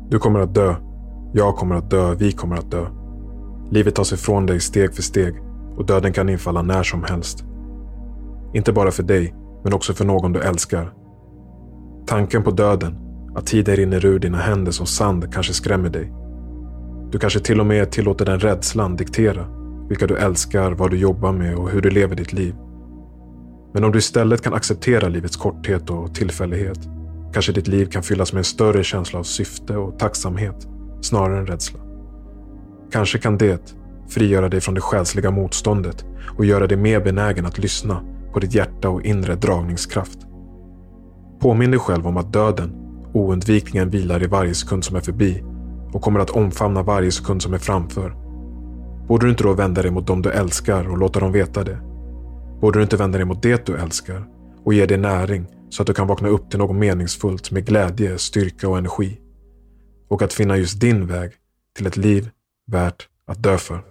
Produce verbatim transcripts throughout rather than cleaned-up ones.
Du kommer att dö. Jag kommer att dö. Vi kommer att dö. Livet tas ifrån dig steg för steg och döden kan infalla när som helst. Inte bara för dig, men också för någon du älskar. Tanken på döden, att tiden rinner ur dina händer som sand, kanske skrämmer dig. Du kanske till och med tillåter den rädslan diktera vilka du älskar, vad du jobbar med och hur du lever ditt liv. Men om du istället kan acceptera livets korthet och tillfällighet, kanske ditt liv kan fyllas med en större känsla av syfte och tacksamhet snarare än rädsla. Kanske kan det frigöra dig från det själsliga motståndet och göra dig mer benägen att lyssna på ditt hjärta och inre dragningskraft. Påminn dig själv om att döden oundvikligen vilar i varje sekund som är förbi och kommer att omfamna varje sekund som är framför. Borde du inte då vända dig mot dem du älskar och låta dem veta det? Borde du inte vända dig mot det du älskar och ge dig näring så att du kan vakna upp till något meningsfullt med glädje, styrka och energi? Och att finna just din väg till ett liv värt att dö för.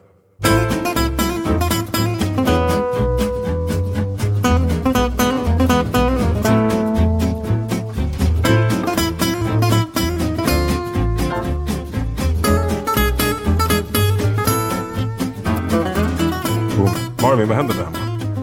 Marvin, vad händer där hemma?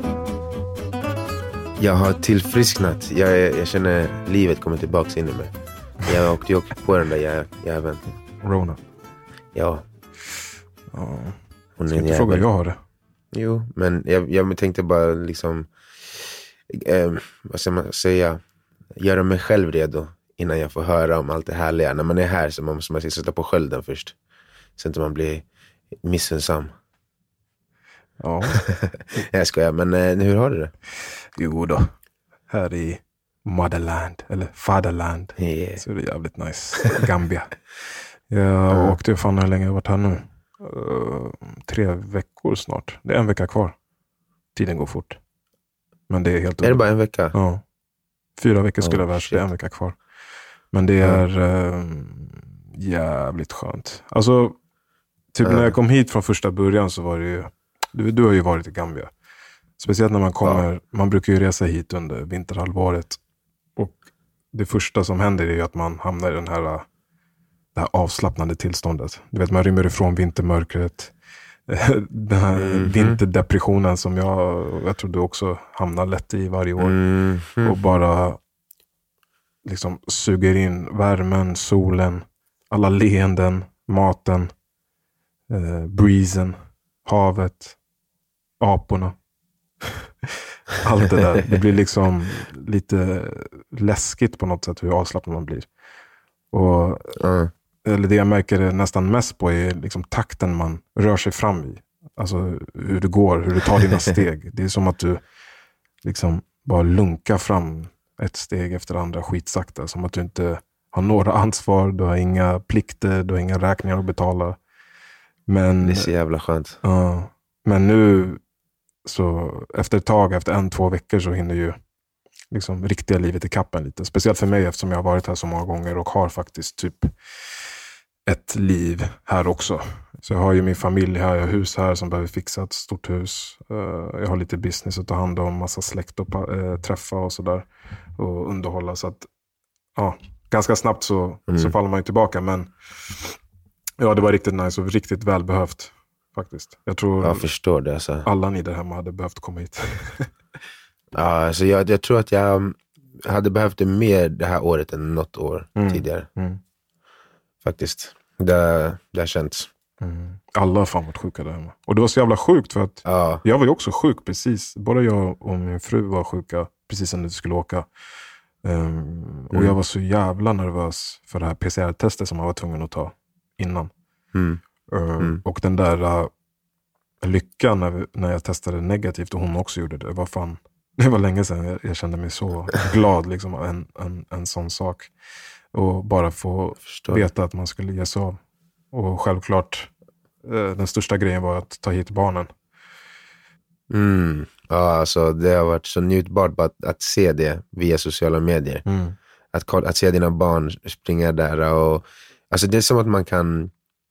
Jag har tillfrisknat. Jag, jag känner livet kommer tillbaka in i mig. Jag åkte ju på den där jä, jäveln. Rona. Ja. Ja. Hon ska inte jävel. Fråga jag har det. Jo, men jag, jag tänkte bara liksom eh, vad ska man säga, göra mig själv redo innan jag får höra om allt det härliga. När man är här så måste man sätta på skölden först. Så inte man blir missunnsam. Ja. Jag skojar, men eh, hur har du det? Jo då. Här i Motherland, eller Fatherland. Yeah. Så det är jävligt nice. Gambia. Jag mm. åkte ju fan hur länge jag har varit här nu. Uh, tre veckor snart. Det är en vecka kvar. Tiden går fort. Men det är helt... Är det bara en vecka? Ja. Fyra veckor skulle oh, vara, så det är en vecka kvar. Men det är uh, jävligt skönt. Alltså, typ mm. när jag kom hit från första början så var det ju... Du, du har ju varit i Gambia. Speciellt när man kommer... Ja. Man brukar ju resa hit under vinterhalvåret. Och det första som händer är ju att man hamnar i den här, det här avslappnande tillståndet. Du vet, man rymmer ifrån vintermörkret. Den här mm-hmm. vinterdepressionen som jag, jag tror du också hamnar lätt i varje år. Mm-hmm. Och bara liksom suger in värmen, solen, alla leenden, maten, eh, breezen, havet, aporna. Allt det där. Det blir liksom lite läskigt på något sätt hur avslappnad man blir. Och mm. eller det jag märker det nästan mest på är liksom takten man rör sig fram i. Alltså hur du går, hur du tar dina steg. Det är som att du liksom bara lunkar fram ett steg efter andra skitsakta. Som att du inte har några ansvar, du har inga plikter, du har inga räkningar att betala. Men, det är så jävla skönt. Ja, uh, men nu så efter ett tag, efter en, två veckor så hinner ju liksom riktiga livet i kappen lite. Speciellt för mig eftersom jag har varit här så många gånger och har faktiskt typ ett liv här också. Så jag har ju min familj här, jag har hus här som behöver fixa ett stort hus. Jag har lite business att ta hand om, massa släkt och äh, träffa och sådär. Och underhålla. Så att ja, ganska snabbt så, mm. så faller man ju tillbaka. Men ja, det var riktigt nice och riktigt välbehövt. Faktiskt. Jag tror jag förstår det, alltså. Alla ni där hemma hade behövt komma hit. Ja, alltså jag, jag tror att jag hade behövt det mer det här året än något år mm. tidigare. Mm. Faktiskt. Det, det har känts. Mm. Alla har fan varit sjuka där hemma. Och det var så jävla sjukt för att ja. jag var ju också sjuk precis. Både jag och min fru var sjuka precis när vi skulle åka. Um, och mm. jag var så jävla nervös för det här P C R-testet som jag var tvungen att ta innan. Mm. Uh, mm. Och den där uh, lyckan när, vi, när jag testade negativt och hon också gjorde det. Det var fan, det var länge sedan jag, jag kände mig så glad liksom av en, en, en sån sak. Och bara få veta att man skulle ge sig av. Och självklart uh, den största grejen var att ta hit barnen. Mm. Ja, alltså det har varit så njutbart att, att se det via sociala medier. Mm. Att, att se dina barn springa där och alltså det är som att man kan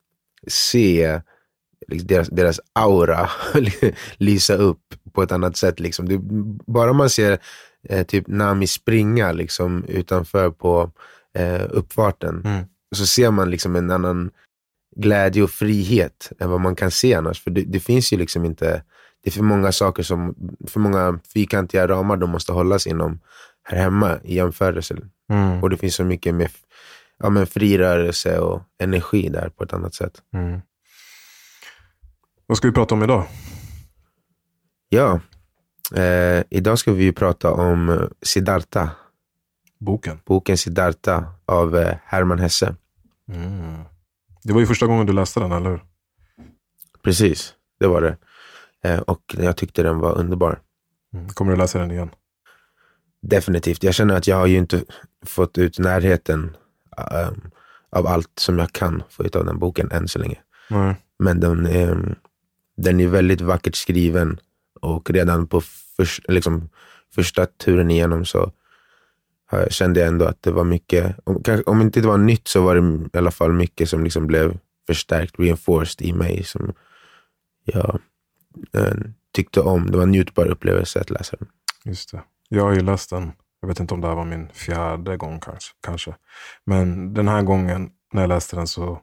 se liksom, deras, deras aura lysa upp på ett annat sätt liksom. Det, bara man ser eh, typ Nami springa liksom utanför på eh, uppfarten mm. och så ser man liksom en annan glädje och frihet än vad man kan se annars. För det, det finns ju liksom inte, det är för många saker som, för många fyrkantiga ramar de måste hållas inom här hemma i jämförelse. Mm. Och det finns så mycket med ja, men frirörelse och energi där på ett annat sätt. Mm. Vad ska vi prata om idag? Ja, eh, idag ska vi ju prata om Siddhartha. Boken? Boken Siddhartha av eh, Hermann Hesse. Mm. Det var ju första gången du läste den, eller hur? Precis, det var det. Eh, och jag tyckte den var underbar. Mm. Kommer du läsa den igen? Definitivt. Jag känner att jag har ju inte fått ut närheten um, av allt som jag kan få ut av den boken än så länge. Mm. Men den, um, den är väldigt vackert skriven och redan på för, liksom, första turen igenom så uh, kände jag ändå att det var mycket, om, om inte det var nytt så var det i alla fall mycket som liksom blev förstärkt, reinforced i mig som jag uh, tyckte om. Det var en njutbar upplevelse att läsa den. Just det. Jag har ju läst den, jag vet inte om det här var min fjärde gång kanske. kanske. Men den här gången när jag läste den så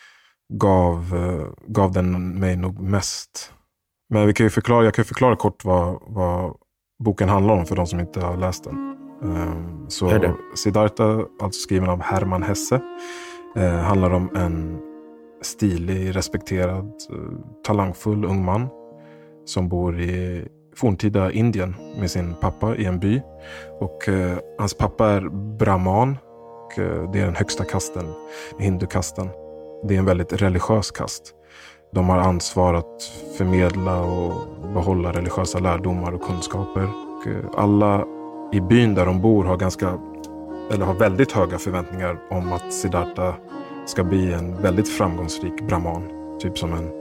gav, uh, gav den mig nog mest. Men vi kan ju förklara, jag kan ju förklara kort vad, vad boken handlar om för de som inte har läst den. Um, så Siddhartha, alltså skriven av Hermann Hesse, uh, handlar om en stilig, respekterad, uh, talangfull ung man som bor i forntida Indien med sin pappa i en by. Och uh, hans pappa är brahman. Och, uh, det är den högsta kasten, hindukasten. Det är en väldigt religiös kast. De har ansvar att förmedla och behålla religiösa lärdomar och kunskaper. Och, uh, alla i byn där de bor har ganska, eller har väldigt höga förväntningar om att Siddhartha ska bli en väldigt framgångsrik brahman. Typ som en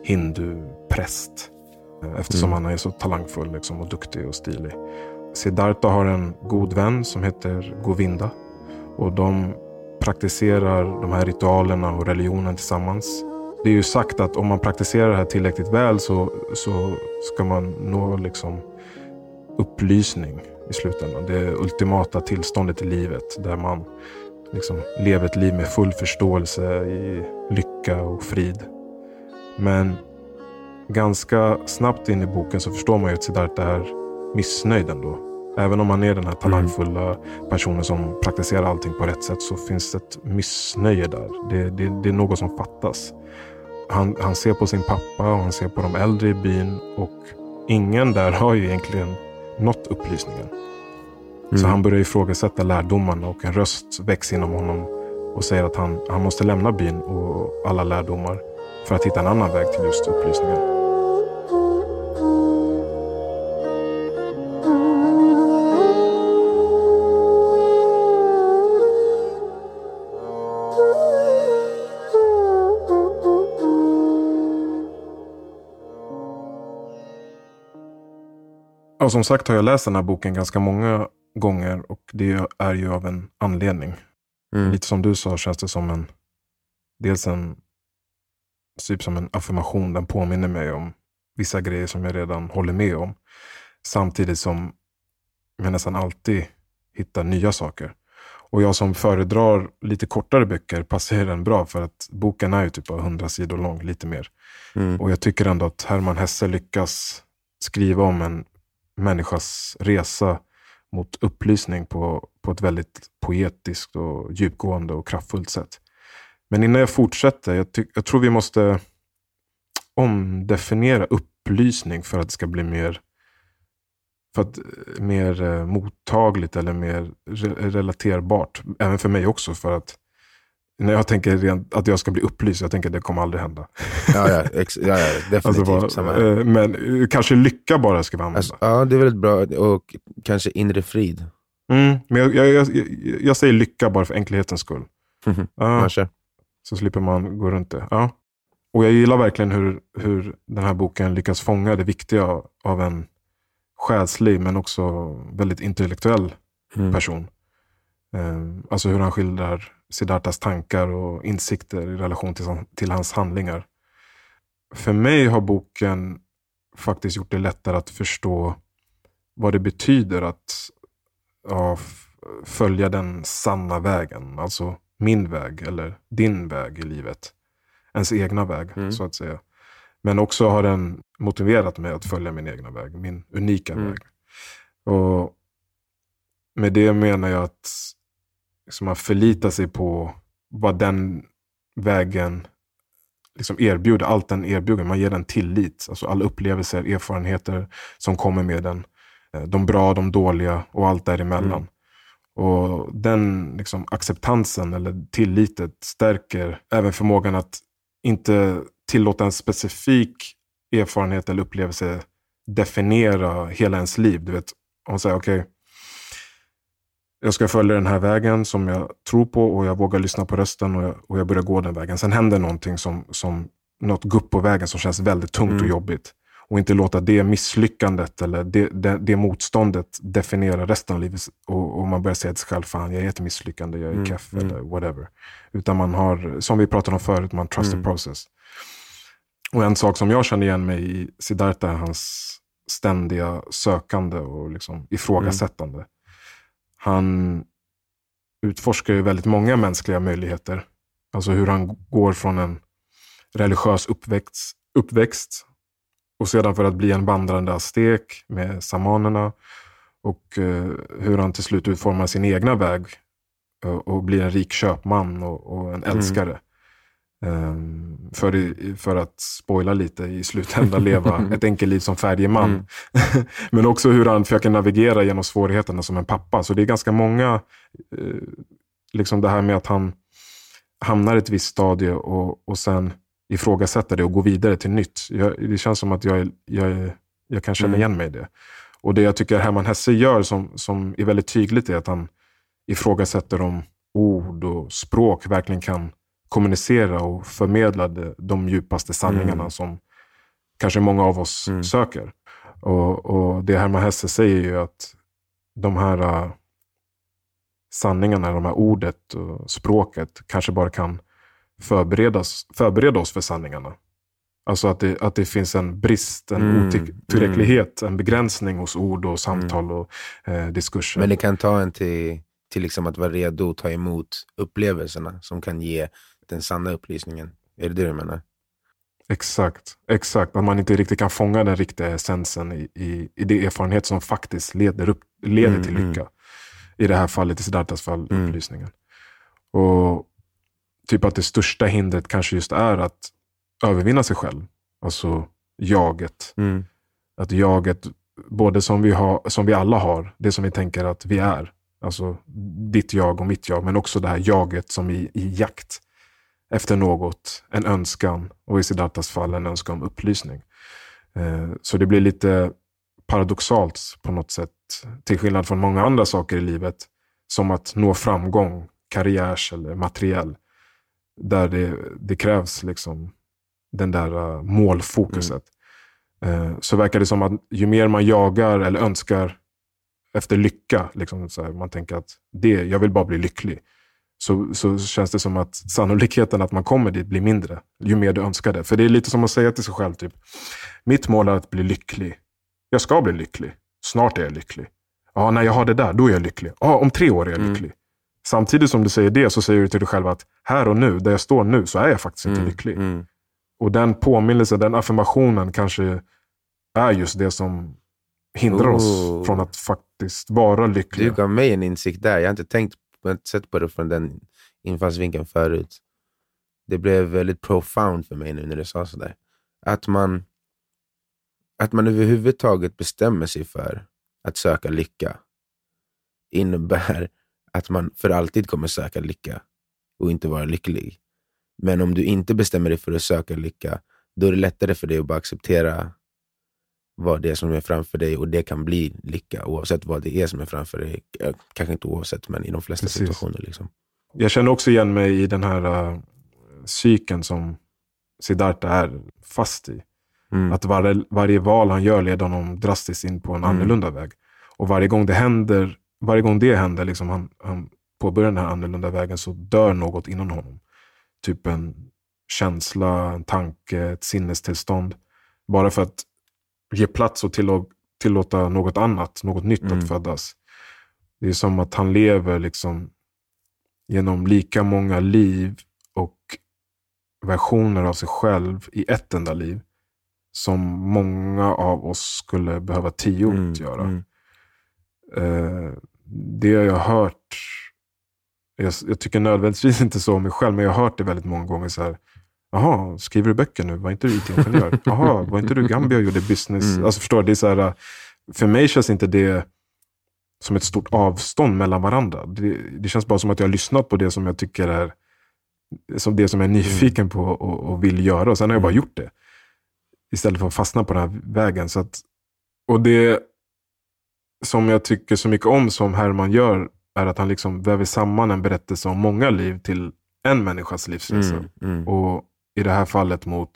hindupräst. Eftersom mm. han är så talangfull liksom, och duktig och stilig. Siddhartha har en god vän som heter Govinda. Och de praktiserar de här ritualerna och religionen tillsammans. Det är ju sagt att om man praktiserar det här tillräckligt väl så, så ska man nå liksom, upplysning i slutändan. Det ultimata tillståndet i livet. Där man liksom, lever ett liv med full förståelse i lycka och frid. Men ganska snabbt in i boken så förstår man ju att Siddhartha är missnöjd ändå. Även om man är den här talangfulla personen som praktiserar allting på rätt sätt så finns det ett missnöje där. Det, det, det är något som fattas. Han, han ser på sin pappa och han ser på de äldre i byn och ingen där har ju egentligen nått upplysningen. Mm. Så han börjar ifrågasätta lärdomarna och en röst väcks inom honom och säger att han, han måste lämna byn och alla lärdomar för att hitta en annan väg till just upplysningen. Och som sagt har jag läst den här boken ganska många gånger och det är ju av en anledning. Mm. Lite som du sa känns det som en dels en typ som en affirmation. Den påminner mig om vissa grejer som jag redan håller med om. Samtidigt som jag nästan alltid hittar nya saker. Och jag som föredrar lite kortare böcker passar den bra för att boken är ju typ hundra sidor lång, lite mer. Mm. Och jag tycker ändå att Hermann Hesse lyckas skriva om en människas resa mot upplysning på, på ett väldigt poetiskt och djupgående och kraftfullt sätt. Men innan jag fortsätter, jag, ty- jag tror vi måste omdefiniera upplysning för att det ska bli mer, för att, mer eh, mottagligt eller mer re- relaterbart. Även för mig också, för att när jag tänker rent, att jag ska bli upplyst, jag tänker att det kommer aldrig hända. Ja, ja, ex- ja, ja definitivt. Alltså bara, eh, men kanske lycka bara ska vi använda. Alltså, ja, det är väldigt bra. Och kanske inre frid. Mm, men jag, jag, jag, jag säger lycka bara för enkelhetens skull. Mm-hmm. Ja, kanske. så slipper man gå runt det. Ja. Och jag gillar verkligen hur, hur den här boken lyckas fånga det viktiga av en själslig men också väldigt intellektuell mm. person. Um, alltså hur han skildrar Siddharthas tankar och insikter i relation till, till hans handlingar. För mig har boken faktiskt gjort det lättare att förstå vad det betyder att ja, f- följa den sanna vägen. Alltså min väg eller din väg i livet. Ens egna väg, mm. så att säga. Men också har den motiverat mig att följa min egna väg, min unika mm. väg. Och med det menar jag att liksom man förlitar sig på vad den vägen liksom erbjuder, allt den erbjuder. Man ger den tillit, alltså alla upplevelser, erfarenheter som kommer med den. De bra, de dåliga och allt däremellan. Mm. Och den liksom acceptansen eller tilllitet stärker även förmågan att inte tillåta en specifik erfarenhet eller upplevelse definiera hela ens liv. Du vet, om man säger okej, okay, jag ska följa den här vägen som jag tror på och jag vågar lyssna på rösten och jag, och jag börjar gå den vägen. Sen händer någonting som, som något gupp på vägen som känns väldigt tungt mm. och jobbigt. Och inte låta det misslyckandet eller det, det, det motståndet definiera resten av livet. Och, och man börjar säga till sig själv, fan jag är ett misslyckande, jag är mm. keff eller whatever. Utan man har, som vi pratade om förut, man trust mm. the process. Och en sak som jag känner igen mig i Siddhartha är hans ständiga sökande och liksom ifrågasättande. Mm. Han utforskar ju väldigt många mänskliga möjligheter. Alltså hur han går från en religiös uppväxt, uppväxt och sedan för att bli en vandrande aztek med samanerna. Och eh, hur han till slut utformar sin egna väg och, och blir en rik köpman och, och en älskare. Mm. Um, för, i, för att spoila lite i slutändan leva ett enkelt liv som färgman. Mm. Men också hur han försöker navigera genom svårigheterna som en pappa. Så det är ganska många uh, liksom det här med att han hamnar i ett visst stadie och, och sen ifrågasätter det och går vidare till nytt. Jag, det känns som att jag, jag, jag kan känna mm. igen mig i det. Och det jag tycker Hermann Hesse gör som, som är väldigt tydligt är att han ifrågasätter om ord och språk verkligen kan kommunicera och förmedla de, de djupaste sanningarna mm. som kanske många av oss mm. söker. Och, och det Hermann Hesse säger ju att de här uh, sanningarna, de här ordet och språket kanske bara kan förberedas, förbereda oss för sanningarna. Alltså att det, att det finns en brist, en mm. otillräcklighet, mm. en begränsning hos ord och samtal mm. och eh, diskurser. Men det kan ta en till, till liksom att vara redo att ta emot upplevelserna som kan ge den sanna upplysningen. Är det det du menar? Exakt, exakt. Att man inte riktigt kan fånga den riktiga essensen i, i, i det erfarenhet som faktiskt leder, upp, leder mm, till lycka. Mm. I det här fallet, i Siddharthas fall, mm. upplysningen. Och typ att det största hindret kanske just är att övervinna sig själv. Alltså jaget. Mm. Att jaget, både som vi, har, som vi alla har, det som vi tänker att vi är. Alltså ditt jag och mitt jag, men också det här jaget som i, i jakt efter något, en önskan, och i Siddharthas fall en önskan om upplysning. Eh, så det blir lite paradoxalt på något sätt, till skillnad från många andra saker i livet, som att nå framgång, karriärs eller materiell, där det, det krävs liksom den där uh, målfokuset. Mm. Eh, så verkar det som att ju mer man jagar eller önskar efter lycka, liksom så här, man tänker att det, jag vill bara bli lycklig, så, så känns det som att sannolikheten att man kommer dit blir mindre ju mer du önskar det. För det är lite som att säga till sig själv typ, mitt mål är att bli lycklig. Jag ska bli lycklig. Snart är jag lycklig. Ja, när jag har det där, då är jag lycklig. Ja, om tre år är jag mm. lycklig. Samtidigt som du säger det så säger du till dig själv att här och nu, där jag står nu, så är jag faktiskt inte mm. lycklig. Mm. Och den påminnelsen, den affirmationen kanske är just det som hindrar oh. oss från att faktiskt vara lyckliga. Du gav mig en insikt där. Jag har inte tänkt på, inte sett på det från den infallsvinkeln förut. Det blev väldigt profound för mig nu när du sa sådär. Att man att man överhuvudtaget bestämmer sig för att söka lycka innebär att man för alltid kommer söka lycka och inte vara lycklig. Men om du inte bestämmer dig för att söka lycka, då är det lättare för dig att bara acceptera vad det är som är framför dig, och det kan bli lycka oavsett vad det är som är framför dig. Kanske inte oavsett, men i de flesta Precis. situationer. Liksom. Jag känner också igen mig i den här uh, cykeln som Siddhartha är fast i. Mm. Att var, varje val han gör leder honom drastiskt in på en mm. annorlunda väg. Och varje gång det händer, varje gång det händer, liksom han, han påbörjar den här annorlunda vägen, så dör något inom honom. Typ en känsla, en tanke, ett sinnestillstånd. Bara för att ge plats och tillå- tillåta något annat, något nytt mm. att födas. Det är som att han lever liksom genom lika många liv och versioner av sig själv i ett enda liv som många av oss skulle behöva tio mm, att göra. Mm. Eh, det har jag hört, jag, jag tycker nödvändigtvis inte så om mig själv, men jag har hört det väldigt många gånger så här: jaha, skriver du böcker nu? Var inte du I T-ingenjör? Jaha, var inte du Gambia och gjorde business? Mm. Alltså förstår du, det är så här, för mig känns inte det som ett stort avstånd mellan varandra. Det, det känns bara som att jag har lyssnat på det som jag tycker är som det som jag är nyfiken på och, och vill göra. Och sen har jag bara gjort det. Istället för att fastna på den här vägen. Så att, och det som jag tycker så mycket om som Herman gör är att han liksom väver samman en berättelse om många liv till en människas livsresa. Mm, mm. Och i det här fallet mot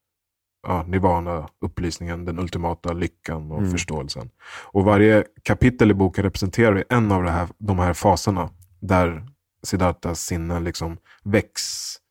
ja, nirvana, upplysningen, den ultimata lyckan och mm. förståelsen. Och varje kapitel i boken representerar en av det här, de här faserna där Siddharthas sinne liksom väcks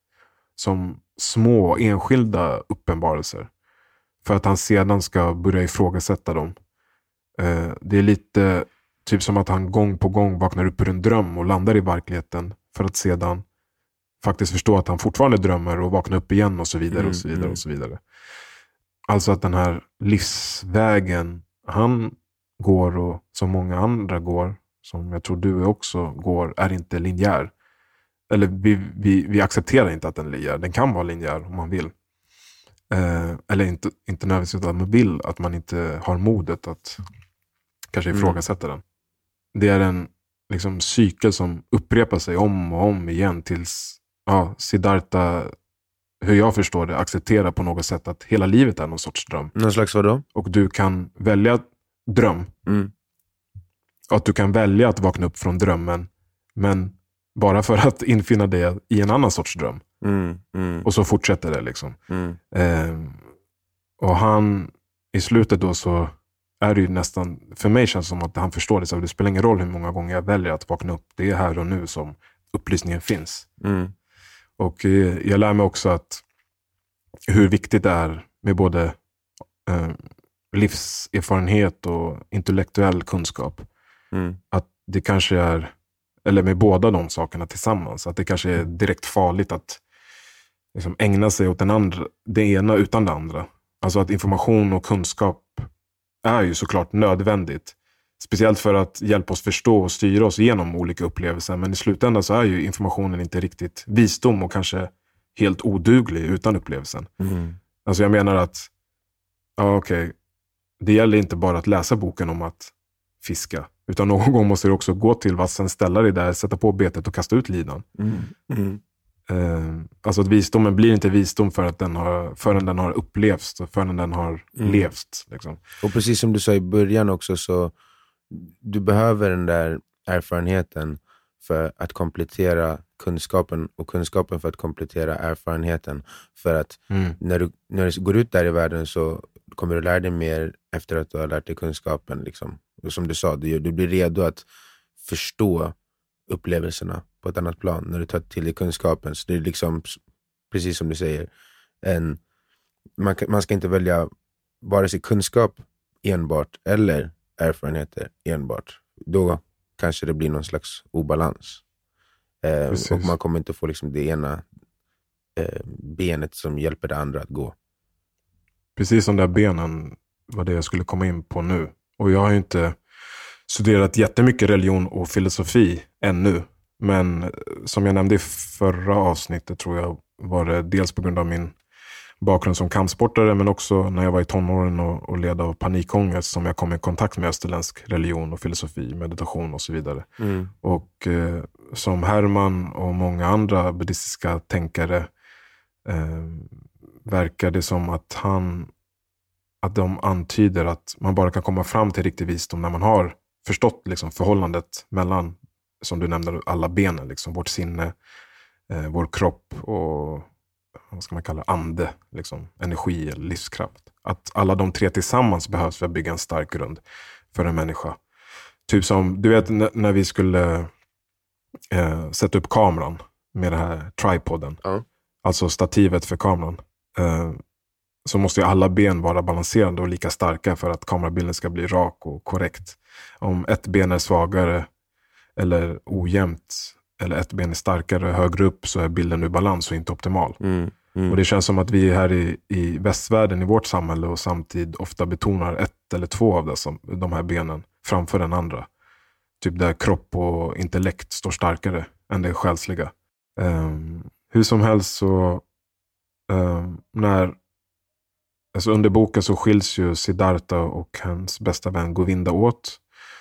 som små enskilda uppenbarelser. För att han sedan ska börja ifrågasätta dem. Eh, det är lite typ som att han gång på gång vaknar upp ur en dröm och landar i verkligheten för att sedan faktiskt förstå att han fortfarande drömmer och vaknar upp igen och så vidare och så vidare och så vidare. Alltså att den här livsvägen han går och som många andra går, som jag tror du också går, är inte linjär. Eller vi, vi, vi accepterar inte att den är linjär. Den kan vara linjär om man vill. Eh, eller inte, inte nödvändigtvis att man vill, att man inte har modet att kanske ifrågasätta mm. den. Det är en liksom, cykel som upprepar sig om och om igen tills ja, Siddhartha, hur jag förstår det, accepterar på något sätt att hela livet är någon sorts dröm. Någon slags vadå? Och du kan välja dröm. Mm. Och att du kan välja att vakna upp från drömmen, men bara för att infinna det i en annan sorts dröm. Mm. Mm. Och så fortsätter det liksom. Mm. Eh, och han, i slutet då så är det ju nästan, för mig känns det som att han förstår det, så det spelar ingen roll hur många gånger jag väljer att vakna upp. Det är här och nu som upplysningen finns. Mm. Och eh, jag lär mig också att hur viktigt det är med både eh, livserfarenhet och intellektuell kunskap. Mm. Att det kanske är, eller med båda de sakerna tillsammans, att det kanske är direkt farligt att liksom ägna sig åt den andra, det ena utan det andra. Alltså att information och kunskap är ju såklart nödvändigt. Speciellt för att hjälpa oss förstå och styra oss genom olika upplevelser. Men i slutändan så är ju informationen inte riktigt visdom och kanske helt oduglig utan upplevelsen. Mm. Alltså jag menar att ja okej, okay, det gäller inte bara att läsa boken om att fiska. Utan någon gång måste du också gå till vassen, ställa dig där, sätta på betet och kasta ut linan. Mm. Mm. Eh, alltså att visdomen blir inte visdom för att den har, förrän den har upplevts och förrän den har mm. levt. Liksom. Och precis som du sa i början också, så du behöver den där erfarenheten för att komplettera kunskapen och kunskapen för att komplettera erfarenheten. För att mm. när, du, när du går ut där i världen så kommer du lära dig mer efter att du har lärt dig kunskapen. Liksom. Och som du sa, du, du blir redo att förstå upplevelserna på ett annat plan när du tar till dig kunskapen. Så det är liksom, precis som du säger, en, man, man ska inte välja vare sig kunskap enbart eller erfarenheter enbart. Då kanske det blir någon slags obalans. Eh, och man kommer inte få liksom det ena eh, benet som hjälper det andra att gå. Precis som de där benen var det jag skulle komma in på nu. Och jag har ju inte studerat jättemycket religion och filosofi ännu. Men som jag nämnde i förra avsnittet tror jag var det dels på grund av min bakgrund som kampsportare, men också när jag var i tonåren och, och led av panikångest som jag kom i kontakt med österländsk religion och filosofi, meditation och så vidare. Mm. Och eh, som Herman och många andra buddhistiska tänkare eh, verkar det som att han att de antyder att man bara kan komma fram till riktig visdom när man har förstått liksom, förhållandet mellan, som du nämnde, alla benen, liksom, vårt sinne, eh, vår kropp och vad ska man kalla ande, liksom, energi eller livskraft. Att alla de tre tillsammans behövs för att bygga en stark grund för en människa. Typ som, du vet n- när vi skulle eh, sätta upp kameran med den här tripoden, mm. alltså stativet för kameran, eh, så måste ju alla ben vara balanserade och lika starka för att kamerabilden ska bli rak och korrekt. Om ett ben är svagare eller ojämnt eller ett ben är starkare högre upp så är bilden ur balans och inte optimal. Mm. Mm. Och det känns som att vi här i, i västvärlden, i vårt samhälle och samtid ofta betonar ett eller två av dessa, de här benen framför den andra. Typ där kropp och intellekt står starkare än det själsliga. Um, hur som helst så um, när alltså under boken så skiljs ju Siddhartha och hans bästa vän Govinda åt.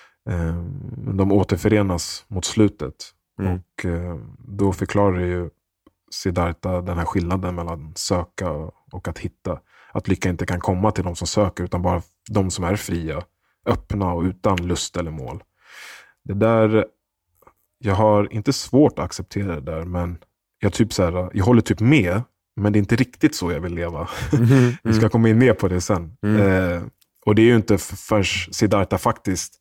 Um, de återförenas mot slutet. Mm. Och uh, då förklarar ju Siddhartha den här skillnaden mellan söka och att hitta. Att lycka inte kan komma till de som söker utan bara de som är fria, öppna och utan lust eller mål. Det där, jag har inte svårt att acceptera det där, men jag typ så här, jag håller typ med, men det är inte riktigt så jag vill leva. Mm. Vi ska komma in mer på det sen. Mm. Eh, och det är ju inte förrän Siddhartha faktiskt,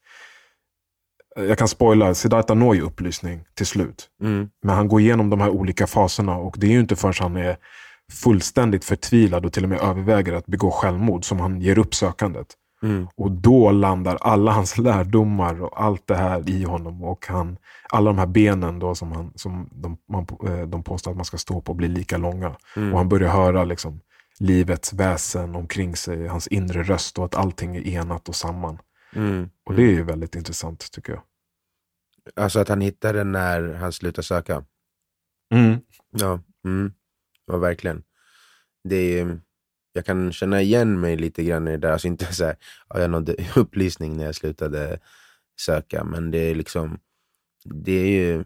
jag kan spoila, Siddhartha når ju upplysning till slut. Mm. Men han går igenom de här olika faserna och det är ju inte förrän han är fullständigt förtvivlad och till och med överväger att begå självmord som han ger upp sökandet. Mm. Och då landar alla hans lärdomar och allt det här i honom och han, alla de här benen då som, han, som de, man, de påstår att man ska stå på blir lika långa. Mm. Och han börjar höra liksom livets väsen omkring sig, hans inre röst och att allting är enat och samman. Mm. Och det är ju väldigt intressant tycker jag. Alltså att han hittade när han slutar söka. Mm. Ja, mm. Ja, verkligen. Det är, jag kan känna igen mig lite grann i det där. Alltså inte så här, ja, jag nådde upplysning när jag slutade söka. Men det är liksom, det är ju,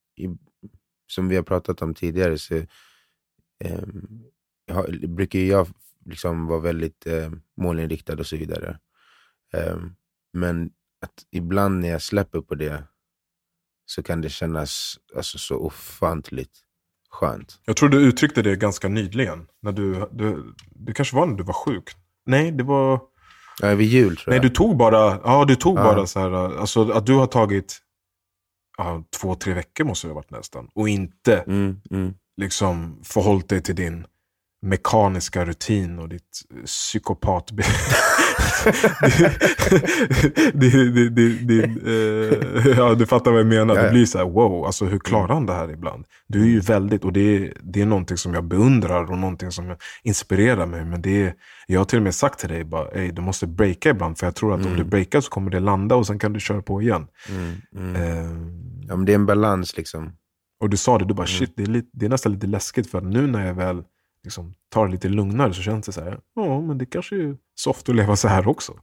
som vi har pratat om tidigare så eh, jag, brukar jag liksom vara väldigt eh, målinriktad och så vidare. Eh, men att ibland när jag släpper på det så kan det kännas alltså, så ofantligt skönt. Jag tror du uttryckte det ganska nyligen. När du, du, det kanske var när du var sjuk. Nej, det var... Ja, vid jul tror jag. Nej, du tog bara... Ja, du tog ja. bara så här... Alltså att du har tagit... Ja, två, tre veckor måste det ha varit nästan. Och inte mm, mm. liksom förhållit dig till din mekaniska rutin och ditt psykopat... det, det, det, det, uh, ja, du fattar vad jag menar. Det blir så här, wow, alltså hur klarar han det här ibland? Du är ju väldigt, och det är, det är någonting som jag beundrar och någonting som inspirerar mig. Men det är, jag har till och med sagt till dig bara, ey, du måste breaka ibland. För jag tror att mm. om du breakar så kommer det landa och sen kan du köra på igen. Mm, mm. Uh, ja, men det är en balans liksom. Och du sa det, du bara, mm. shit, det är, lite, det är nästan lite läskigt för nu när jag väl liksom tar det lite lugnare så känns det så här, ja men det kanske är soft att leva så här också.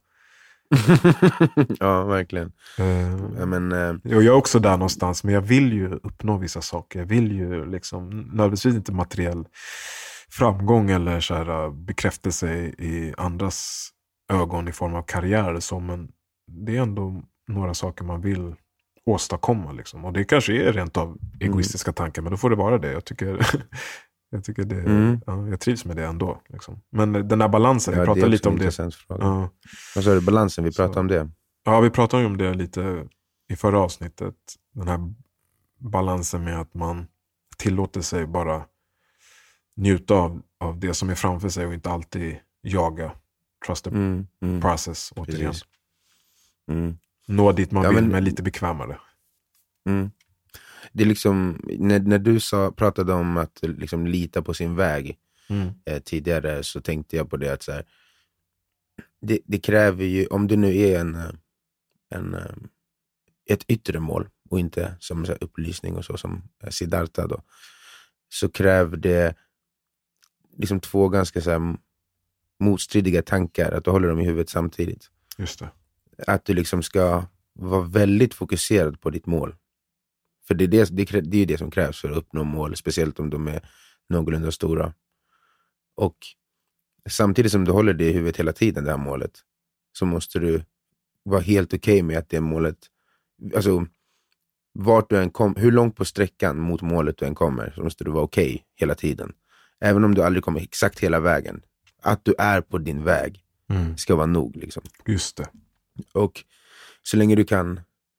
Ja, verkligen. Uh, ja, men, uh... och jag är också där någonstans, men jag vill ju uppnå vissa saker. Jag vill ju liksom, nödvändigtvis inte materiell framgång eller så här, bekräftelse i andras ögon i form av karriär så, men det är ändå några saker man vill åstadkomma liksom. Och det kanske är rent av egoistiska mm. tankar, men då får det vara det. Jag tycker Jag tycker det, mm. ja, jag trivs med det ändå. Liksom. Men den här balansen, ja, vi pratade lite om det. Ja. Vad sa du, balansen, vi pratade så. om det. Ja, vi pratade om det lite i förra avsnittet. Den här balansen med att man tillåter sig bara njuta av, av det som är framför sig och inte alltid jaga. Trust the mm. Mm. process, återigen. Mm. Nå dit man ja, vill, men, men lite bekvämare. Mm. Det är liksom, när, när du sa, pratade om att liksom lita på sin väg mm. eh, tidigare så tänkte jag på det att så här, det, det kräver ju, om det nu är en, en ett yttre mål och inte som så här, upplysning och så som Siddhartha då, så kräver det liksom två ganska så här, motstridiga tankar, att du håller dem i huvudet samtidigt. Just det. Att du liksom ska vara väldigt fokuserad på ditt mål. För det är det, det, det är det som krävs för att uppnå mål, speciellt om de är någorlunda stora. Och samtidigt som du håller det i huvudet hela tiden, det här målet, så måste du vara helt okej okay med att det målet, alltså vart du än kom, hur långt på sträckan mot målet du än kommer, så måste du vara okej okay hela tiden. Även om du aldrig kommer exakt hela vägen. Att du är på din väg mm. ska vara nog liksom. Just det. Och så länge du kan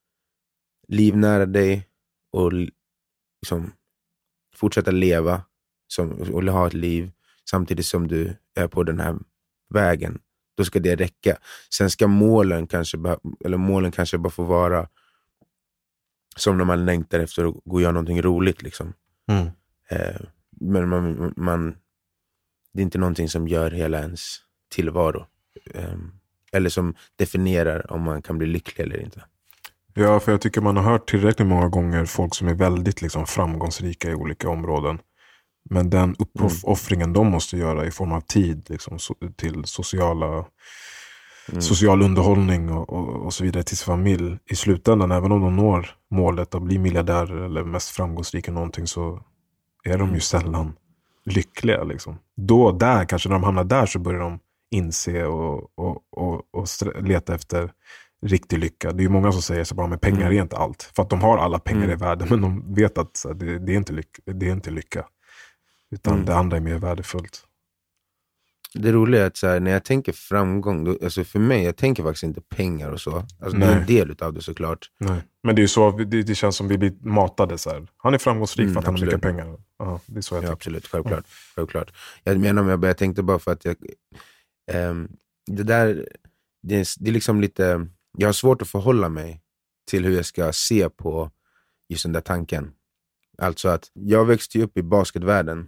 livnära dig och liksom fortsätta leva som, och ha ett liv samtidigt som du är på den här vägen, då ska det räcka. Sen ska målen kanske bara, eller målen kanske bara få vara som när man längtar efter att gå och göra någonting roligt liksom. Mm. Eh, men man, man, det är inte någonting som gör hela ens tillvaro. Eh, eller som definierar om man kan bli lycklig eller inte. Ja, för jag tycker man har hört tillräckligt många gånger folk som är väldigt liksom framgångsrika i olika områden. Men den uppoffringen mm. de måste göra i form av tid liksom, so- till sociala mm. social underhållning och, och, och så vidare till sin familj. I slutändan, även om de når målet att bli miljardärer eller mest framgångsrika någonting, så är de ju sällan lyckliga. Liksom. Då, där, kanske när de hamnar där så börjar de inse och, och, och, och leta efter riktig lycka. Det är ju många som säger så bara, med pengar mm. är inte allt. För att de har alla pengar mm. i världen, men de vet att så, det, det, är inte lycka, det är inte lycka. Utan mm. det andra är mer värdefullt. Det roliga är att så här, när jag tänker framgång, då, alltså för mig, jag tänker faktiskt inte pengar och så. Alltså det är en del av det såklart. Nej. Men det är ju så, det, det känns som vi blir matade så här. Han är framgångsrik mm, för att han har mycket pengar. Aha, det är så jag ja, tänker. Absolut, självklart. Mm. självklart. Jag menar, jag, jag tänkte bara för att jag, ähm, det där, det är, det är liksom lite, jag har svårt att förhålla mig till hur jag ska se på just den där tanken. Alltså att jag växte upp i basketvärlden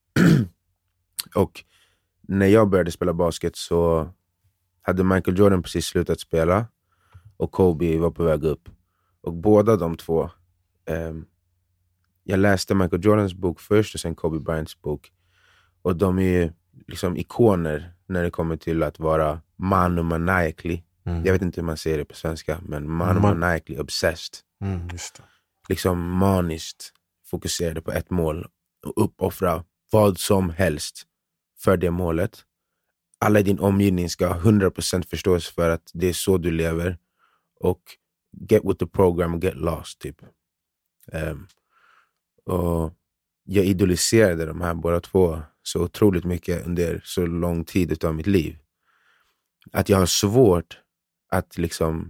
och när jag började spela basket så hade Michael Jordan precis slutat spela och Kobe var på väg upp. Och båda de två, eh, jag läste Michael Jordans bok först och sen Kobe Bryants bok. Och de är liksom ikoner när det kommer till att vara monomaniacally. Mm. Jag vet inte hur man säger det på svenska, men monomaniacally obsessed. Mm, just det. Liksom maniskt fokuserade på ett mål och uppoffra vad som helst för det målet. Alla i din omgivning ska hundra procent förstås för att det är så du lever. Och get with the program och get lost typ. Um, och jag idoliserade de här båda två så otroligt mycket under så lång tid av mitt liv. Att jag har svårt att liksom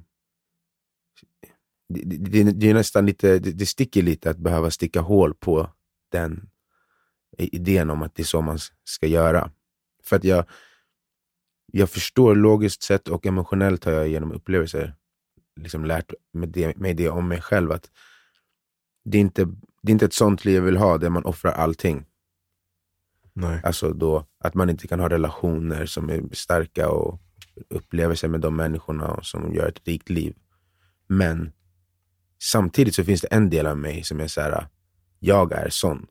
det, det, det är nästan lite, det, det sticker lite att behöva sticka hål på den idén om att det är så man ska göra. För att jag jag förstår logiskt sett och emotionellt har jag genom upplevelser liksom lärt mig det, mig det om mig själv att det är inte det är inte ett sånt liv jag vill ha där man offrar allting. Nej. Alltså då att man inte kan ha relationer som är starka och upplevelser med de människorna som gör ett rikt liv. Men samtidigt så finns det en del av mig som är så här: jag är sån.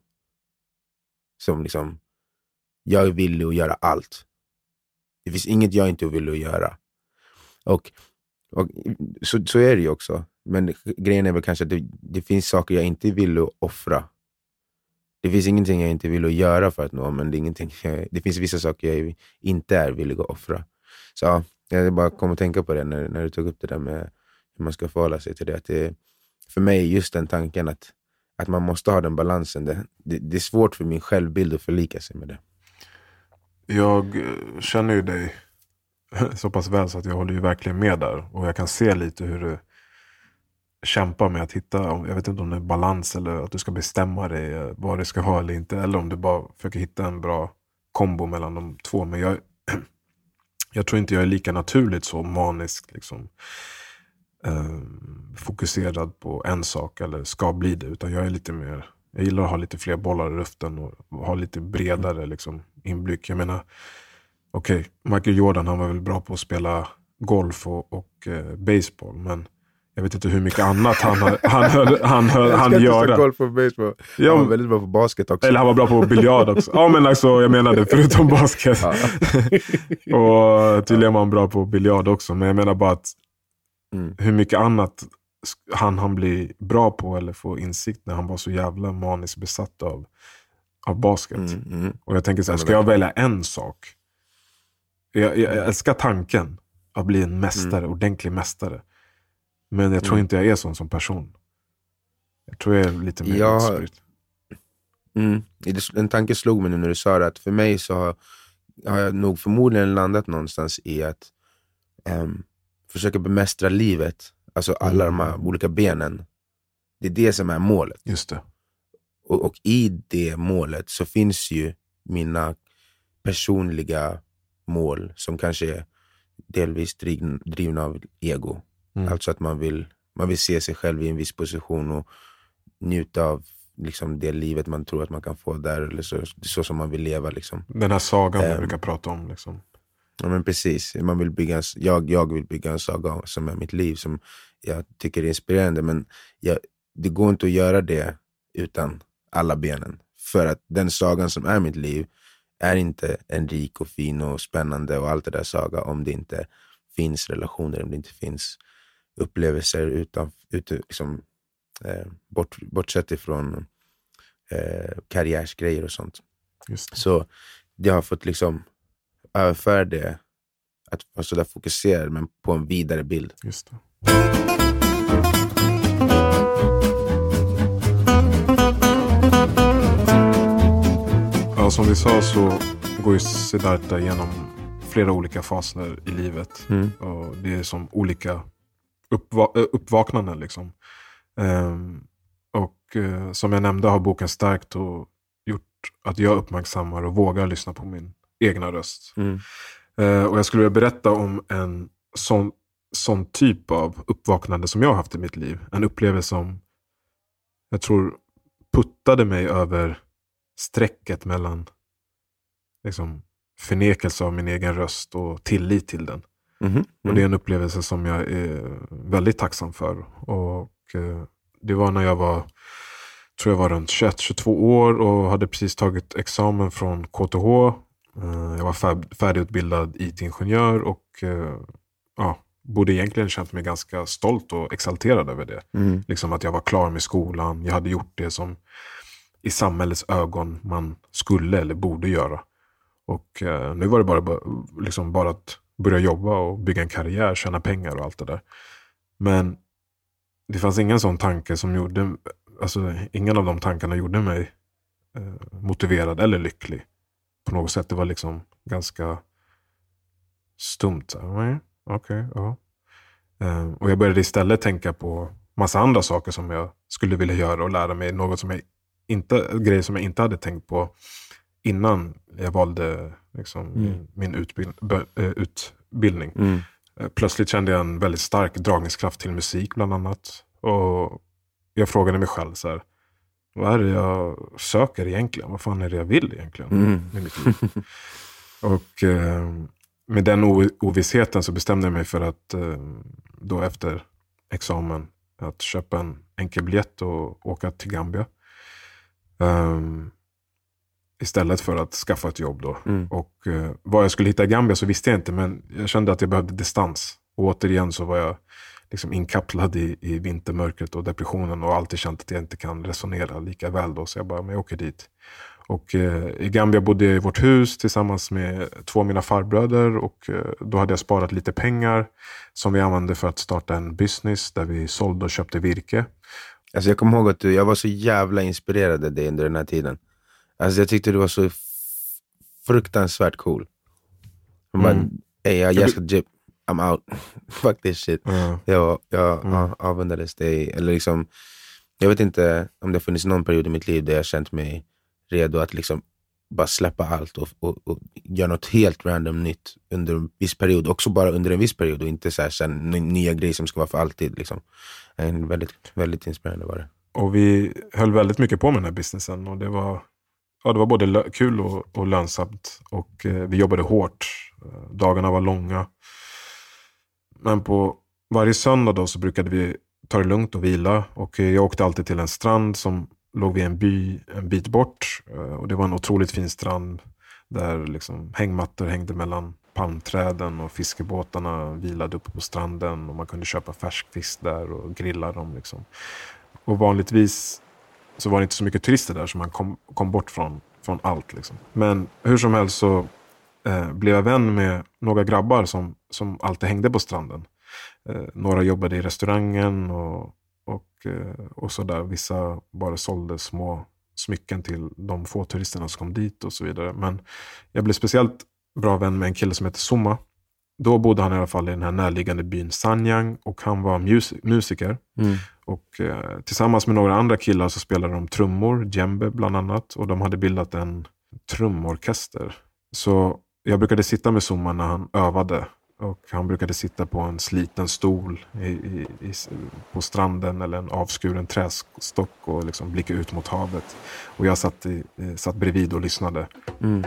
Som liksom, jag är villig att göra allt. Det finns inget jag inte vill att göra. Och, och så, så är det ju också. Men grejen är väl kanske att det, det finns saker jag inte vill att offra. Det finns ingenting jag inte vill att göra för att nå, men det, är ingenting jag, det finns vissa saker jag inte är villig att offra. Så ja, jag bara kom att tänka på det när, när du tog upp det där med hur man ska förhålla sig till det. Att det för mig är just den tanken att, att man måste ha den balansen. Det, det, det är svårt för min självbild att förlika sig med det. Jag känner ju dig så pass väl så att jag håller ju verkligen med där. Och jag kan se lite hur du kämpar med att hitta, jag vet inte om det är balans eller att du ska bestämma dig vad du ska ha eller inte. Eller om du bara försöker hitta en bra kombo mellan de två. Men jag, jag tror inte jag är lika naturligt så manisk liksom. Eh, fokuserad på en sak eller ska bli det. Utan jag är lite mer, jag gillar att ha lite fler bollar i luften och ha lite bredare liksom, inblick. Jag menar, okej, okay, Michael Jordan, han var väl bra på att spela golf och, och eh, baseball, men jag vet inte hur mycket annat han han han, han, han, han gör. Golf och baseball. Han ja, var väldigt bra på basket också. Eller han var bra på biljard också. Ja, men alltså jag menade förutom basket. Ja. Och tydligen var han bra på biljard också, men jag menar bara att mm. hur mycket annat han han blir bra på eller få insikt när han var så jävla maniskt besatt av av basket. Mm, mm. Och jag tänker så här, ska jag välja en sak? Jag, jag älskar tanken att bli en mästare, mm. ordentlig mästare. Men jag tror mm. inte jag är sån som person. Jag tror jag är lite mer ja, mm, en tanke slog mig nu när du sa det, att för mig så har, har jag nog förmodligen landat någonstans i att um, försöka bemästra livet. Alltså alla mm. de här olika benen. Det är det som är målet. Just det. Och, och i det målet så finns ju mina personliga mål som kanske är delvis drivna av ego. Mm. Alltså att man vill Man vill se sig själv i en viss position och njuta av liksom det livet man tror att man kan få där, eller så, så som man vill leva liksom. Den här sagan um, vi um, brukar prata om liksom. Ja, men precis. Man vill bygga en, jag, jag vill bygga en saga som är mitt liv, som jag tycker är inspirerande, men jag, det går inte att göra det utan alla benen. För att den sagan som är mitt liv är inte en rik och fin och spännande och allt det där saga om det inte finns relationer, om det inte finns upplevelser utan, utan liksom, eh, bort, bortsett ifrån eh, karriärsgrejer och sånt. Just det. Så jag har fått liksom överföra det, att vara sådär fokuserad men på en vidare bild. Just det. Ja, som vi sa så går ju Siddhartha igenom flera olika faser i livet. Mm. Och det är som olika uppva- uppvaknanden liksom. Um, och uh, som jag nämnde har boken stärkt och gjort att jag uppmärksammar och vågar lyssna på min egna röst. Mm. Uh, och jag skulle vilja berätta om en sån, sån typ av uppvaknande som jag har haft i mitt liv. En upplevelse som jag tror puttade mig över strecket mellan liksom förnekelse av min egen röst och tillit till den. Mm. Mm. Och det är en upplevelse som jag är väldigt tacksam för. Och uh, det var när jag var, tror jag var runt tjugoett tjugotvå år och hade precis tagit examen från K T H. Uh, jag var fär- färdigutbildad I T-ingenjör och uh, ja, borde egentligen känt mig ganska stolt och exalterad över det. Mm. Liksom att jag var klar med skolan. Jag hade gjort det som i samhällets ögon man skulle eller borde göra. Och uh, nu var det bara, liksom bara att börja jobba och bygga en karriär, tjäna pengar och allt det där. Men det fanns ingen sån tanke som gjorde, alltså ingen av de tankarna gjorde mig eh, motiverad eller lycklig. På något sätt, det var liksom ganska stumt. Okej, okay, ja. Eh, och jag började istället tänka på massa andra saker som jag skulle vilja göra och lära mig. Något som jag inte, grejer som jag inte hade tänkt på innan jag valde liksom, mm. min utbild, be, äh, utbildning. Mm. Plötsligt kände jag en väldigt stark dragningskraft till musik bland annat. Och jag frågade mig själv så här, vad är det jag söker egentligen? Vad fan är det jag vill egentligen Mm. med mitt liv? Och eh, med den o- ovissheten så bestämde jag mig för att eh, då efter examen att köpa en enkel biljett och åka till Gambia. Um, istället för att skaffa ett jobb då. Mm. Och eh, vad jag skulle hitta i Gambia så visste jag inte, men jag kände att jag behövde distans. Och återigen så var jag liksom inkapslad i, i vintermörkret och depressionen och alltid känt att jag inte kan resonera lika väl då. Så jag bara, men jag åker dit. Och eh, i Gambia bodde jag i vårt hus tillsammans med två av mina farbröder och eh, då hade jag sparat lite pengar som vi använde för att starta en business där vi sålde och köpte virke. Alltså jag kommer ihåg att du, jag var så jävla inspirerad av dig under den här tiden. Alltså jag tyckte du var så f- fruktansvärt cool. Jag bara, Mm. hey, jag, jag ska jip, I'm out. Fuck this shit. Mm. Jag, jag Mm. ja, avundades dig. Eller liksom, jag vet inte om det funnits någon period i mitt liv där jag känt mig redo att liksom bara släppa allt och, och, och göra något helt random nytt under en viss period. Också bara under en viss period och inte så här, så här nya grejer som ska vara för alltid. Liksom. En väldigt, väldigt inspirerande var det. Och vi höll väldigt mycket på med den här businessen och det var, ja, det var både lö- kul och, och lönsamt och eh, vi jobbade hårt. Eh, dagarna var långa. Men på varje söndag då så brukade vi ta det lugnt och vila och eh, jag åkte alltid till en strand som låg vid en by en bit bort eh, och det var en otroligt fin strand där liksom hängmattor hängde mellan palmträden och fiskebåtarna vilade uppe på stranden och man kunde köpa färsk fisk där och grilla dem liksom. Och vanligtvis så var det inte så mycket turister där så man kom, kom bort från, från allt liksom. Men hur som helst så eh, blev jag vän med några grabbar som, som alltid hängde på stranden. Eh, några jobbade i restaurangen och, och, eh, och så där. Vissa bara sålde små smycken till de få turisterna som kom dit och så vidare. Men jag blev speciellt bra vän med en kille som heter Soma. Då bodde han i alla fall i den här närliggande byn Sanyang och han var mus- musiker. Mm. Och eh, tillsammans med några andra killar så spelade de trummor, djembe bland annat. Och de hade bildat en trumorkester. Så jag brukade sitta med Soma när han övade Och han brukade sitta på en sliten stol i, i, i, på stranden eller en avskuren trästock och liksom blicka ut mot havet. Och jag satt, i, satt bredvid och lyssnade. Mm.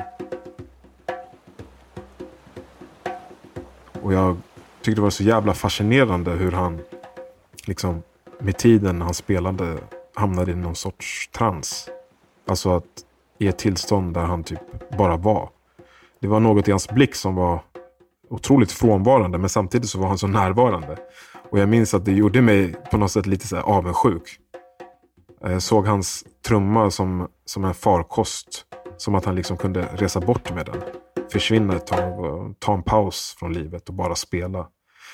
Och jag tyckte det var så jävla fascinerande hur han liksom med tiden när han spelade hamnade i någon sorts trans. Alltså att i ett tillstånd där han typ bara var. Det var något i hans blick som var otroligt frånvarande, men samtidigt så var han så närvarande. Och jag minns att det gjorde mig på något sätt lite så här avundsjuk. Jag såg hans trumma som, som en farkost. Som att han liksom kunde resa bort med den. Försvinna ett tag och ta en paus från livet och bara spela.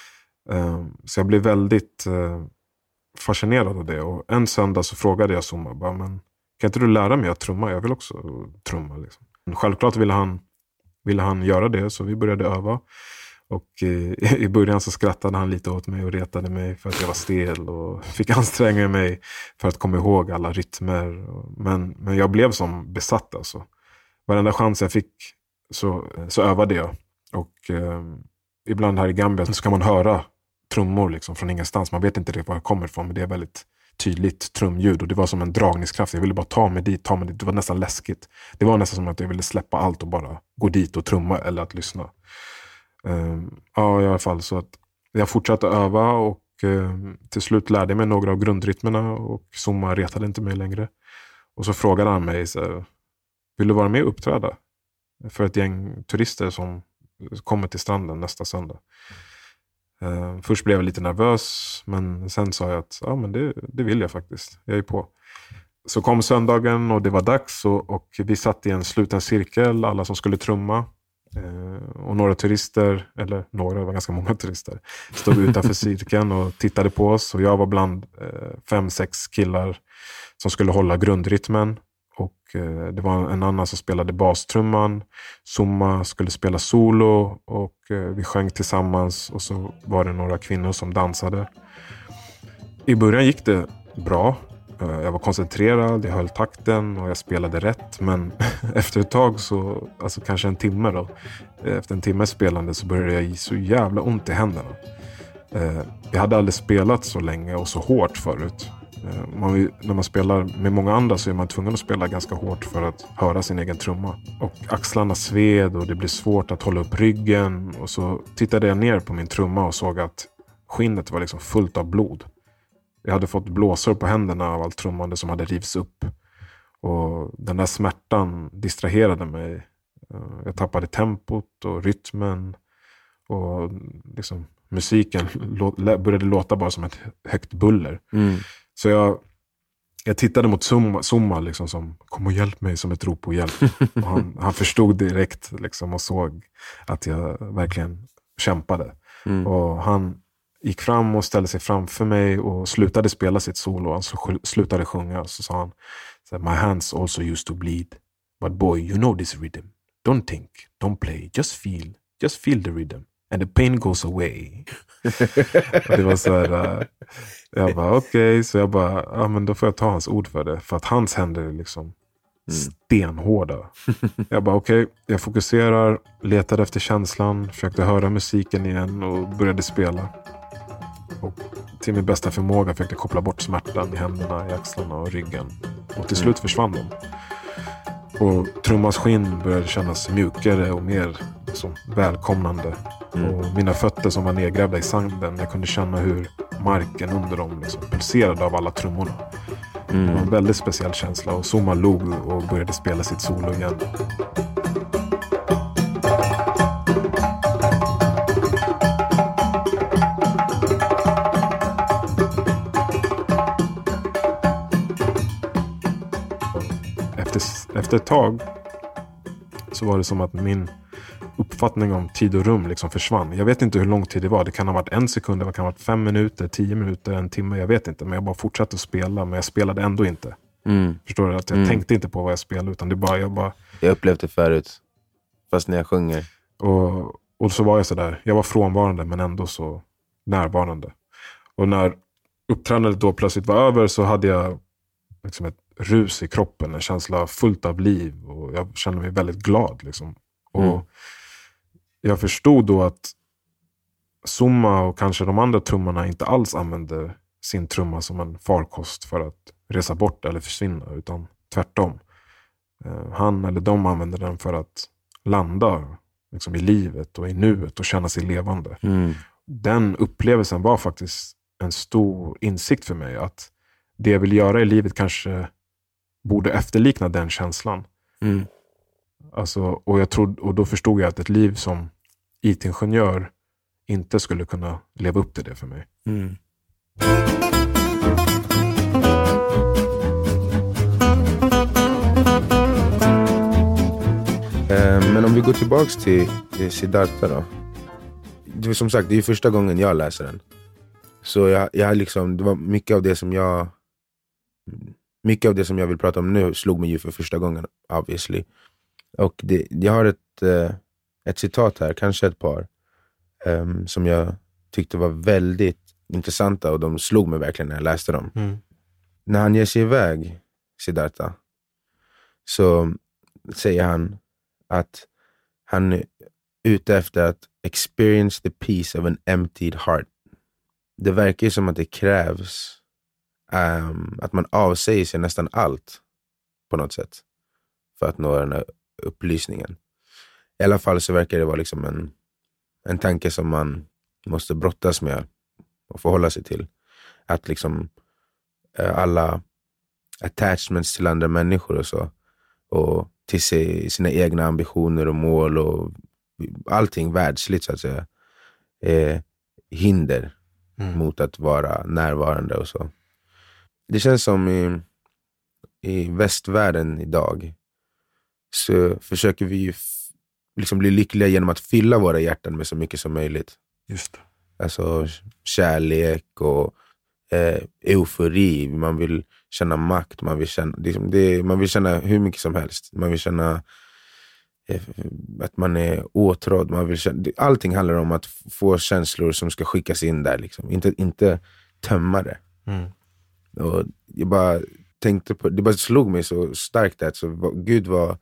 Så jag blev väldigt fascinerad av det. Och en söndag så frågade jag Summa, bara, men kan inte du lära mig att trumma? Jag vill också trumma. Liksom. Självklart ville han, ville han göra det, så vi började öva. Och eh, i början så skrattade han lite åt mig och retade mig för att jag var stel. Och fick anstränga mig för att komma ihåg alla rytmer. Men, men jag blev som besatt alltså. Varenda chans jag fick så, så övade jag. Och eh, ibland här i Gambia så kan man höra trummor liksom från ingenstans. Man vet inte det var jag kommer ifrån, men det är väldigt tydligt trumljud. Och det var som en dragningskraft. Jag ville bara ta mig dit, ta mig dit. Det var nästan läskigt. Det var nästan som att jag ville släppa allt och bara gå dit och trumma eller att lyssna. Um, ja, i alla fall så att jag fortsatte öva och um, till slut lärde jag mig några av grundrytmerna och Summa retade inte mig längre. Och så frågade han mig så här, vill du vara med och uppträda för ett gäng turister som kommer till stranden nästa söndag? Uh, först blev jag lite nervös, men sen sa jag att ja, men det, det vill jag faktiskt, jag är på. Så kom söndagen och det var dags och, och vi satt i en sluten cirkel, alla som skulle trumma. Uh, och några turister, eller några, det var ganska många turister, stod utanför cirkeln och tittade på oss. Och jag var bland uh, fem, sex killar som skulle hålla grundrytmen. Och uh, det var en annan som spelade bastrumman. Summa skulle spela solo och uh, vi sjöng tillsammans. Och så var det några kvinnor som dansade. I början gick det bra. Jag var koncentrerad, jag höll takten och jag spelade rätt. Men efter ett tag så, alltså kanske en timme då, efter en timmes spelande så började jag ge så jävla ont i händerna. Jag hade aldrig spelat så länge och så hårt förut. Man, när man spelar med många andra så är man tvungen att spela ganska hårt för att höra sin egen trumma. Och axlarna sved och det blev svårt att hålla upp ryggen. Och så tittade jag ner på min trumma och såg att skinnet var liksom fullt av blod. Jag hade fått blåsor på händerna av allt trummande som hade rivs upp. Och den där smärtan distraherade mig. Jag tappade tempot och rytmen. Och liksom musiken började låta bara som ett högt buller. Mm. Så jag, jag tittade mot Summa, Summa liksom som kom och hjälp mig, som ett rop på hjälp. Och han, han förstod direkt liksom och såg att jag verkligen kämpade. Mm. Och han gick fram och ställde sig framför mig och slutade spela sitt solo. Han slutade sjunga, så sa han, my hands also used to bleed. But boy, you know this rhythm. Don't think, don't play, just feel. Just feel the rhythm. And the pain goes away. Och det var så här, uh, jag bara okej, okay. Så jag bara, ja men då får jag ta hans ord för det. För att hans händer är liksom mm. stenhårda. Jag bara okej, okay. Jag fokuserar, letade efter känslan, försökte höra musiken igen och började spela. Och till min bästa förmåga fick jag koppla bort smärtan i händerna, i axlarna och ryggen. Och till slut försvann de. Och trummans skinn började kännas mjukare och mer liksom välkomnande. Mm. Och mina fötter som var nedgrävda i sanden, jag kunde känna hur marken under dem liksom pulserade av alla trummorna. Mm. Det var en väldigt speciell känsla. Och Summa log och började spela sitt solo igen. Efter ett tag så var det som att min uppfattning om tid och rum liksom försvann. Jag vet inte hur lång tid det var. Det kan ha varit en sekund, det kan ha varit fem minuter, tio minuter, en timme. Jag vet inte, men jag bara fortsatte att spela. Men jag spelade ändå inte. Mm. Förstår du? Att jag mm. tänkte inte på vad jag spelade, utan det bara, jag bara... Jag upplevde det förut, fast när jag sjunger. Och, och så var jag så där. Jag var frånvarande, men ändå så närvarande. Och när uppträdandet då plötsligt var över så hade jag liksom ett rus i kroppen, en känsla fullt av liv, och jag kände mig väldigt glad liksom. Och mm. jag förstod då att Summa och kanske de andra trummarna inte alls använder sin trumma som en farkost för att resa bort eller försvinna, utan tvärtom. Han eller de använder den för att landa liksom i livet och i nuet och känna sig levande. Mm. Den upplevelsen var faktiskt en stor insikt för mig, att det jag vill göra i livet kanske borde efterlikna den känslan. Mm. Alltså, och, jag trodde, och då förstod jag att ett liv som I T-ingenjör inte skulle kunna leva upp till det för mig. Mm. Men om vi går tillbaks till Siddhartha då. Det var som sagt, det är första gången jag läser den. Så jag, jag liksom, det var mycket av det som jag mycket av det som jag vill prata om nu slog mig ju för första gången, obviously. Och det, jag har ett, ett citat här, kanske ett par, um, som jag tyckte var väldigt intressanta, och de slog mig verkligen när jag läste dem. Mm. När han ger sig iväg, Siddhartha, så säger han att han är ute efter att experience the peace of an emptied heart. Det verkar som att det krävs um, att man avsäger sig nästan allt på något sätt för att nå den här upplysningen. I alla fall så verkar det vara liksom en, en tanke som man måste brottas med och förhålla sig till. Att liksom uh, alla attachments till andra människor och så, och till sig, sina egna ambitioner och mål och allting världsligt så att säga, är hinder mm. mot att vara närvarande och så. Det känns som i, i västvärlden idag så försöker vi ju f- liksom bli lyckliga genom att fylla våra hjärtan med så mycket som möjligt. Just det. Alltså kärlek och eh, eufori. Man vill känna makt, man vill känna, liksom det, man vill känna hur mycket som helst. Man vill känna eh, att man är åtrådd. Man vill känna, allting handlar om att få känslor som ska skickas in där. Liksom. Inte, inte tömma det. Mm. Och jag bara tänkte på, det bara slog mig så starkt att så, Gud var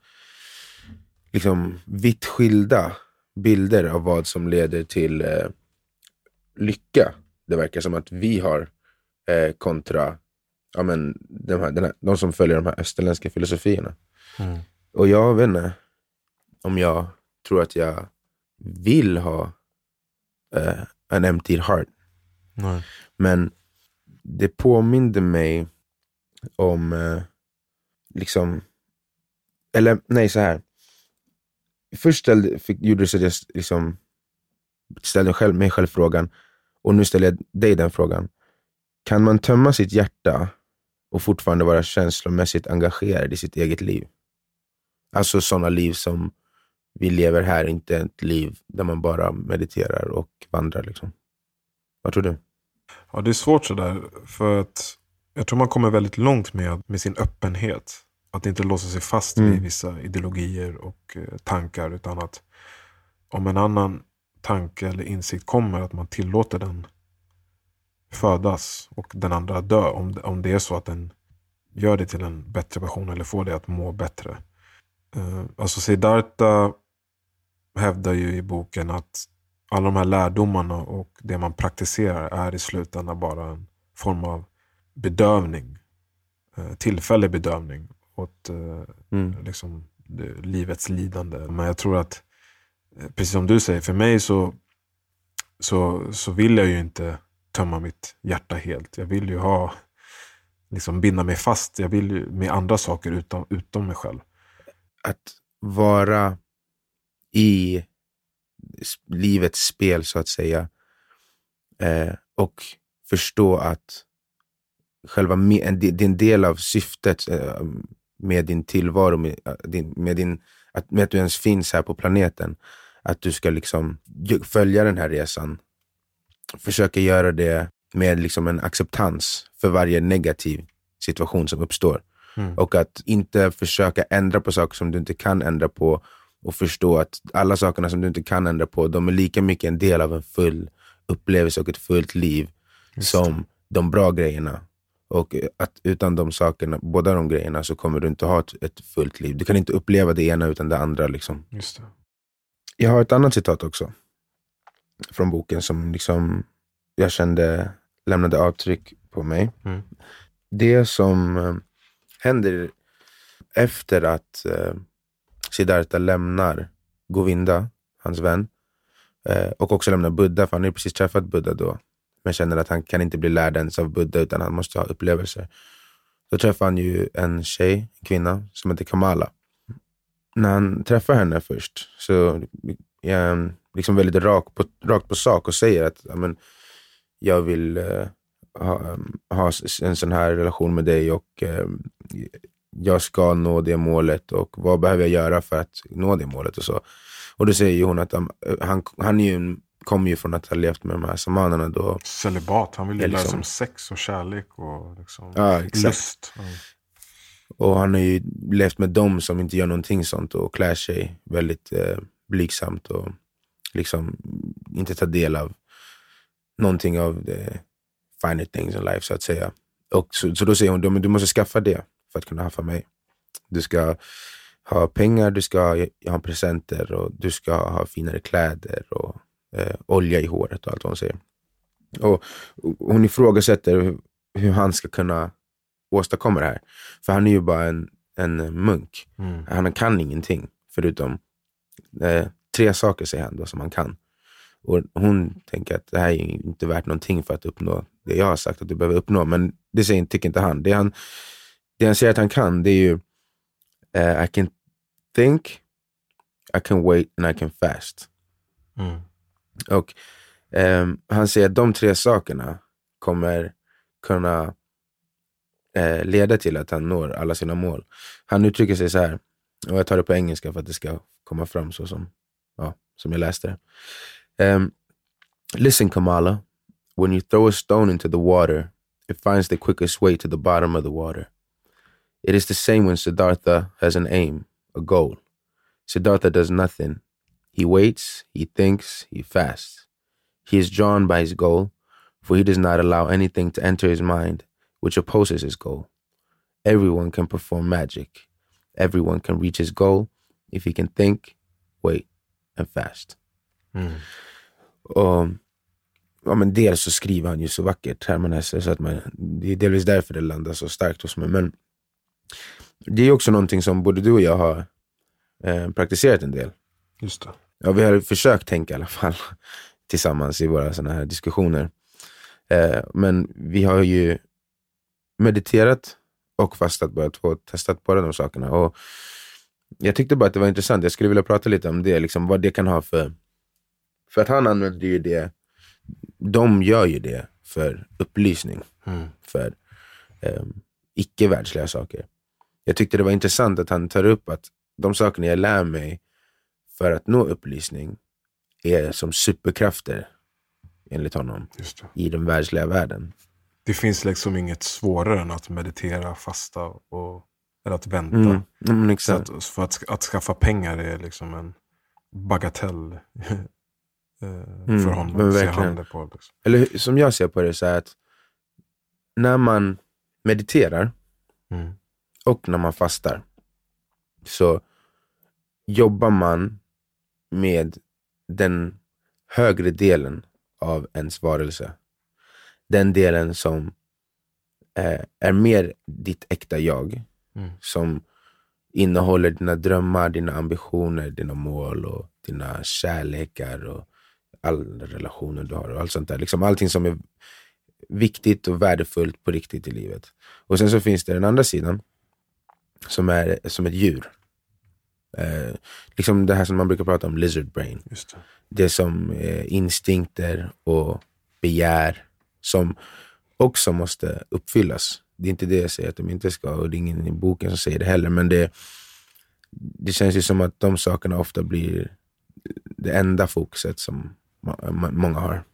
liksom vitt skilda bilder av vad som leder till eh, lycka. Det verkar som att vi har eh, kontra ja, men, de, här, den här, de som följer de här österländska filosofierna. Mm. Och jag vet inte om jag tror att jag vill ha eh, en empty heart. Nej. Men det påminde mig om eh, liksom, eller nej så här. Först ställde, fick, gjorde så jag liksom ställde själv, mig själv frågan, och nu ställer jag dig den frågan. Kan man tömma sitt hjärta och fortfarande vara känslomässigt engagerad i sitt eget liv? Alltså sådana liv som vi lever här, inte ett liv där man bara mediterar och vandrar liksom. Vad tror du? Ja, det är svårt sådär, för att jag tror man kommer väldigt långt med, med sin öppenhet. Att inte låsa sig fast vid mm. vissa ideologier och eh, tankar, utan att om en annan tanke eller insikt kommer, att man tillåter den födas och den andra dö, om, om det är så att den gör det till en bättre version eller får det att må bättre. Uh, alltså Siddhartha hävdar ju i boken att alla de här lärdomarna och det man praktiserar är i slutändan bara en form av bedövning, uh, tillfällig bedövning åt uh, mm. liksom, det, livets lidande. Men jag tror att precis som du säger, för mig så, så, så vill jag ju inte tömma mitt hjärta helt. Jag vill ju ha, liksom binda mig fast. Jag vill ju med andra saker utom, utom mig själv. Att vara i livets spel så att säga, eh, och förstå att själva med, din del av syftet eh, med din tillvaro, med din, med din Att, med att du ens finns här på planeten, att du ska liksom följa den här resan, försöka göra det med liksom en acceptans för varje negativ situation som uppstår. Mm. Och att inte försöka ändra på saker som du inte kan ändra på, och förstå att alla sakerna som du inte kan ändra på, de är lika mycket en del av en full upplevelse och ett fullt liv som de bra grejerna. Och att utan de sakerna, båda de grejerna, så kommer du inte ha ett, ett fullt liv. Du kan inte uppleva det ena utan det andra liksom. Just det. Jag har ett annat citat också. från boken som liksom jag kände lämnade avtryck på mig. Mm. Det som eh, händer efter att eh, Siddhartha lämnar Govinda, hans vän, eh, och också lämnar Buddha, för han har ju precis träffat Buddha då, men känner att han kan inte bli lärd ens av Buddha utan han måste ha upplevelser. Då träffar han ju en tjej, en kvinna som heter Kamala. När han träffar henne först så är han liksom väldigt rak på, rakt på sak och säger att ja, men, jag vill eh, ha, ha en sån här relation med dig och eh, jag ska nå det målet och vad behöver jag göra för att nå det målet och så. Och då säger ju hon att um, han, han är ju, kommer ju från att ha levt med de här samanerna då. Celibat, han vill ju liksom, lära sig om sex och kärlek och liksom ja, exakt. lust. Ja. Och han har ju levt med dem som inte gör någonting sånt och klär sig väldigt eh, blygsamt och liksom inte tar del av någonting av the finer things in life så att säga. Och så, så då säger hon, men du måste skaffa det för att kunna haffa mig. Du ska ha pengar, du ska ha presenter och du ska ha finare kläder och eh, olja i håret och allt vad hon säger. Och, och hon ifrågasätter hur, hur han ska kunna åstadkomma det här. För han är ju bara en, en munk. Mm. Han kan ingenting förutom eh, tre saker, säger han då, som han kan. Och hon tänker att det här är inte värt någonting för att uppnå det jag har sagt att du behöver uppnå. Men det säger, tycker inte han. Det han, det han säger att han kan, det är ju uh, I can think, I can wait and I can fast. Mm. Och um, han säger att de tre sakerna kommer kunna uh, leda till att han når alla sina mål. Han uttrycker sig så här, och jag tar det på engelska för att det ska komma fram så som, ja, som jag läste det. Um, Listen, Kamala, when you throw a stone into the water, it finds the quickest way to the bottom of the water. It is the same when Siddhartha has an aim, a goal. Siddhartha does nothing. He waits, he thinks, he fasts. He is drawn by his goal, for he does not allow anything to enter his mind which opposes his goal. Everyone can perform magic. Everyone can reach his goal if he can think, wait, and fast. Mm. Och ja, men dels så skriver han ju så vackert här man så att man, det är delvis därför det landar så starkt hos mig. Men det är också någonting som både du och jag har eh, praktiserat en del. Just det. Ja, vi har försökt tänka i alla fall tillsammans i våra såna här diskussioner. Eh, men vi har ju mediterat och fastat bara två, testat båda de sakerna. Och jag tyckte bara att det var intressant. Jag skulle vilja prata lite om det, liksom vad det kan ha för... För att han använder ju det, de gör ju det för upplysning, mm. för eh, icke-världsliga saker. Jag tyckte det var intressant att han tar upp att de sakerna jag lär mig för att nå upplysning är som superkrafter, enligt honom, Just det. I den världsliga världen. Det finns liksom inget svårare än att meditera, fasta och, eller att vänta. Mm. Mm, exakt. Så att, för att, att skaffa pengar är liksom en bagatell för honom. Mm, ser han det på, liksom. Eller som jag ser på det så är att när man mediterar mm. och när man fastar så jobbar man med den högre delen av ens varelse. Den delen som eh, är mer ditt äkta jag. Mm. Som innehåller dina drömmar, dina ambitioner, dina mål och dina kärlekar och alla relationer du har och allt sånt där. Liksom allting som är viktigt och värdefullt på riktigt i livet. Och sen så finns det den andra sidan som är som ett djur. Eh, liksom det här som man brukar prata om, lizard brain. Just det. Det som är instinkter och begär som också måste uppfyllas. Det är inte det jag säger att de inte ska, och det är ingen i boken som säger det heller, men det, det känns ju som att de sakerna ofta blir det enda fokuset som många har.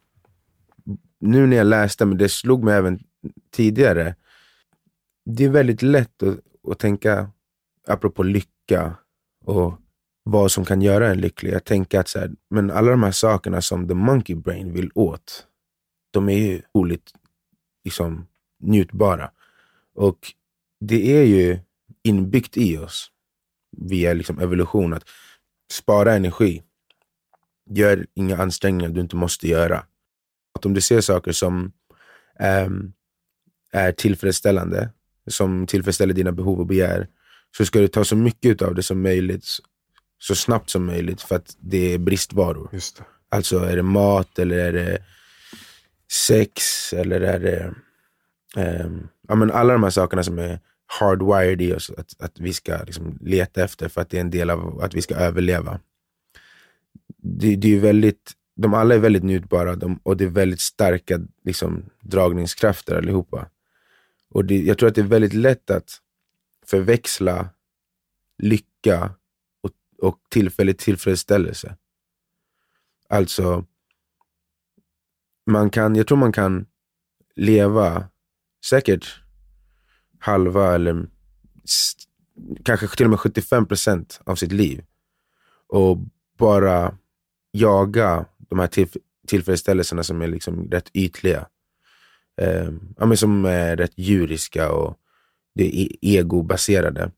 Nu när jag läste, men det slog mig även tidigare, det är väldigt lätt att, att tänka apropå lycka och vad som kan göra en lycklig. Jag tänker att så här, men alla de här sakerna som the monkey brain vill åt, de är ju oligt liksom njutbara. Och det är ju inbyggt i oss via liksom evolution att spara energi. gör inga ansträngningar du inte måste göra. Att om du ser saker som um, är tillfredsställande, som tillfredsställer dina behov och begär, så ska du ta så mycket av det som möjligt, så snabbt som möjligt, för att det är bristvaror. Just det. Alltså är det mat, eller är det sex, eller är det um, ja, men alla de här sakerna som är hardwired i oss att, att vi ska liksom leta efter, för att det är en del av att vi ska överleva. Det, det är ju väldigt, de alla är väldigt njutbara, de, och det är väldigt starka liksom, dragningskrafter allihopa. Och det, jag tror att det är väldigt lätt att förväxla lycka och, och tillfällig tillfredsställelse. Alltså man kan, jag tror man kan leva säkert halva eller kanske till och med sjuttiofem procent av sitt liv och bara jaga de här tillf- tillfredsställelserna som är liksom rätt ytliga. Eh, ja, men som är rätt djuriska och det är egobaserade.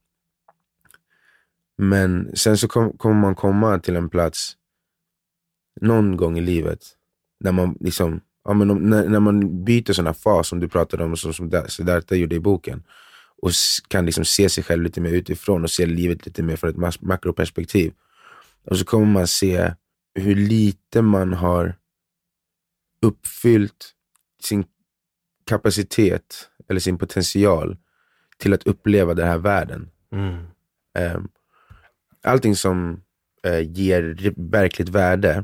Men sen så kom, kommer man komma till en plats någon gång i livet när man liksom, ja, men om, när, när man byter sådana fas som du pratade om och som, som Siddhartha gjorde i boken, och kan liksom se sig själv lite mer utifrån och se livet lite mer från ett mas- makroperspektiv. Och så kommer man se hur lite man har uppfyllt sin kapacitet eller sin potential till att uppleva den här världen. Mm. Um, allting som uh, ger verkligt värde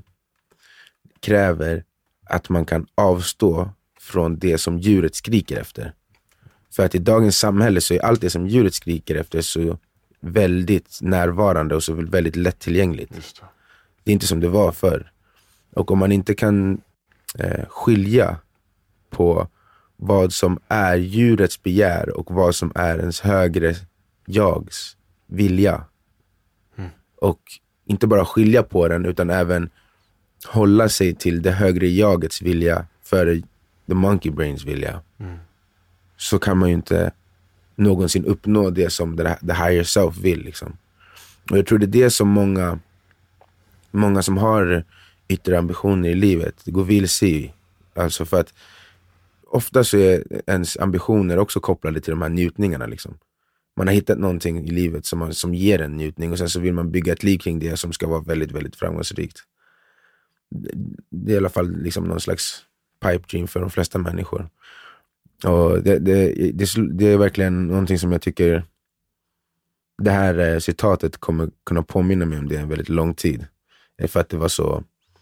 kräver att man kan avstå från det som djuret skriker efter. För att i dagens samhälle så är allt det som djuret skriker efter så väldigt närvarande och så väldigt lättillgängligt. Just det. Det är inte som det var förr. Och om man inte kan eh, skilja på vad som är djurets begär och vad som är ens högre jags vilja. Mm. Och inte bara skilja på den utan även hålla sig till det högre jagets vilja för the monkey brains vilja. Mm. Så kan man ju inte någonsin uppnå det som the, the higher self vill liksom. Och jag tror det är det som många många som har yttre ambitioner i livet går vilse i. Alltså för att ofta så är ens ambitioner också kopplade till de här njutningarna liksom. Man har hittat någonting i livet som, man, som ger en njutning och sen så vill man bygga ett liv kring det som ska vara väldigt, väldigt framgångsrikt. Det är i alla fall liksom någon slags pipe dream för de flesta människor. Och det, det, det, det är verkligen någonting som jag tycker det här citatet kommer kunna påminna mig om det en väldigt lång tid. För att det var så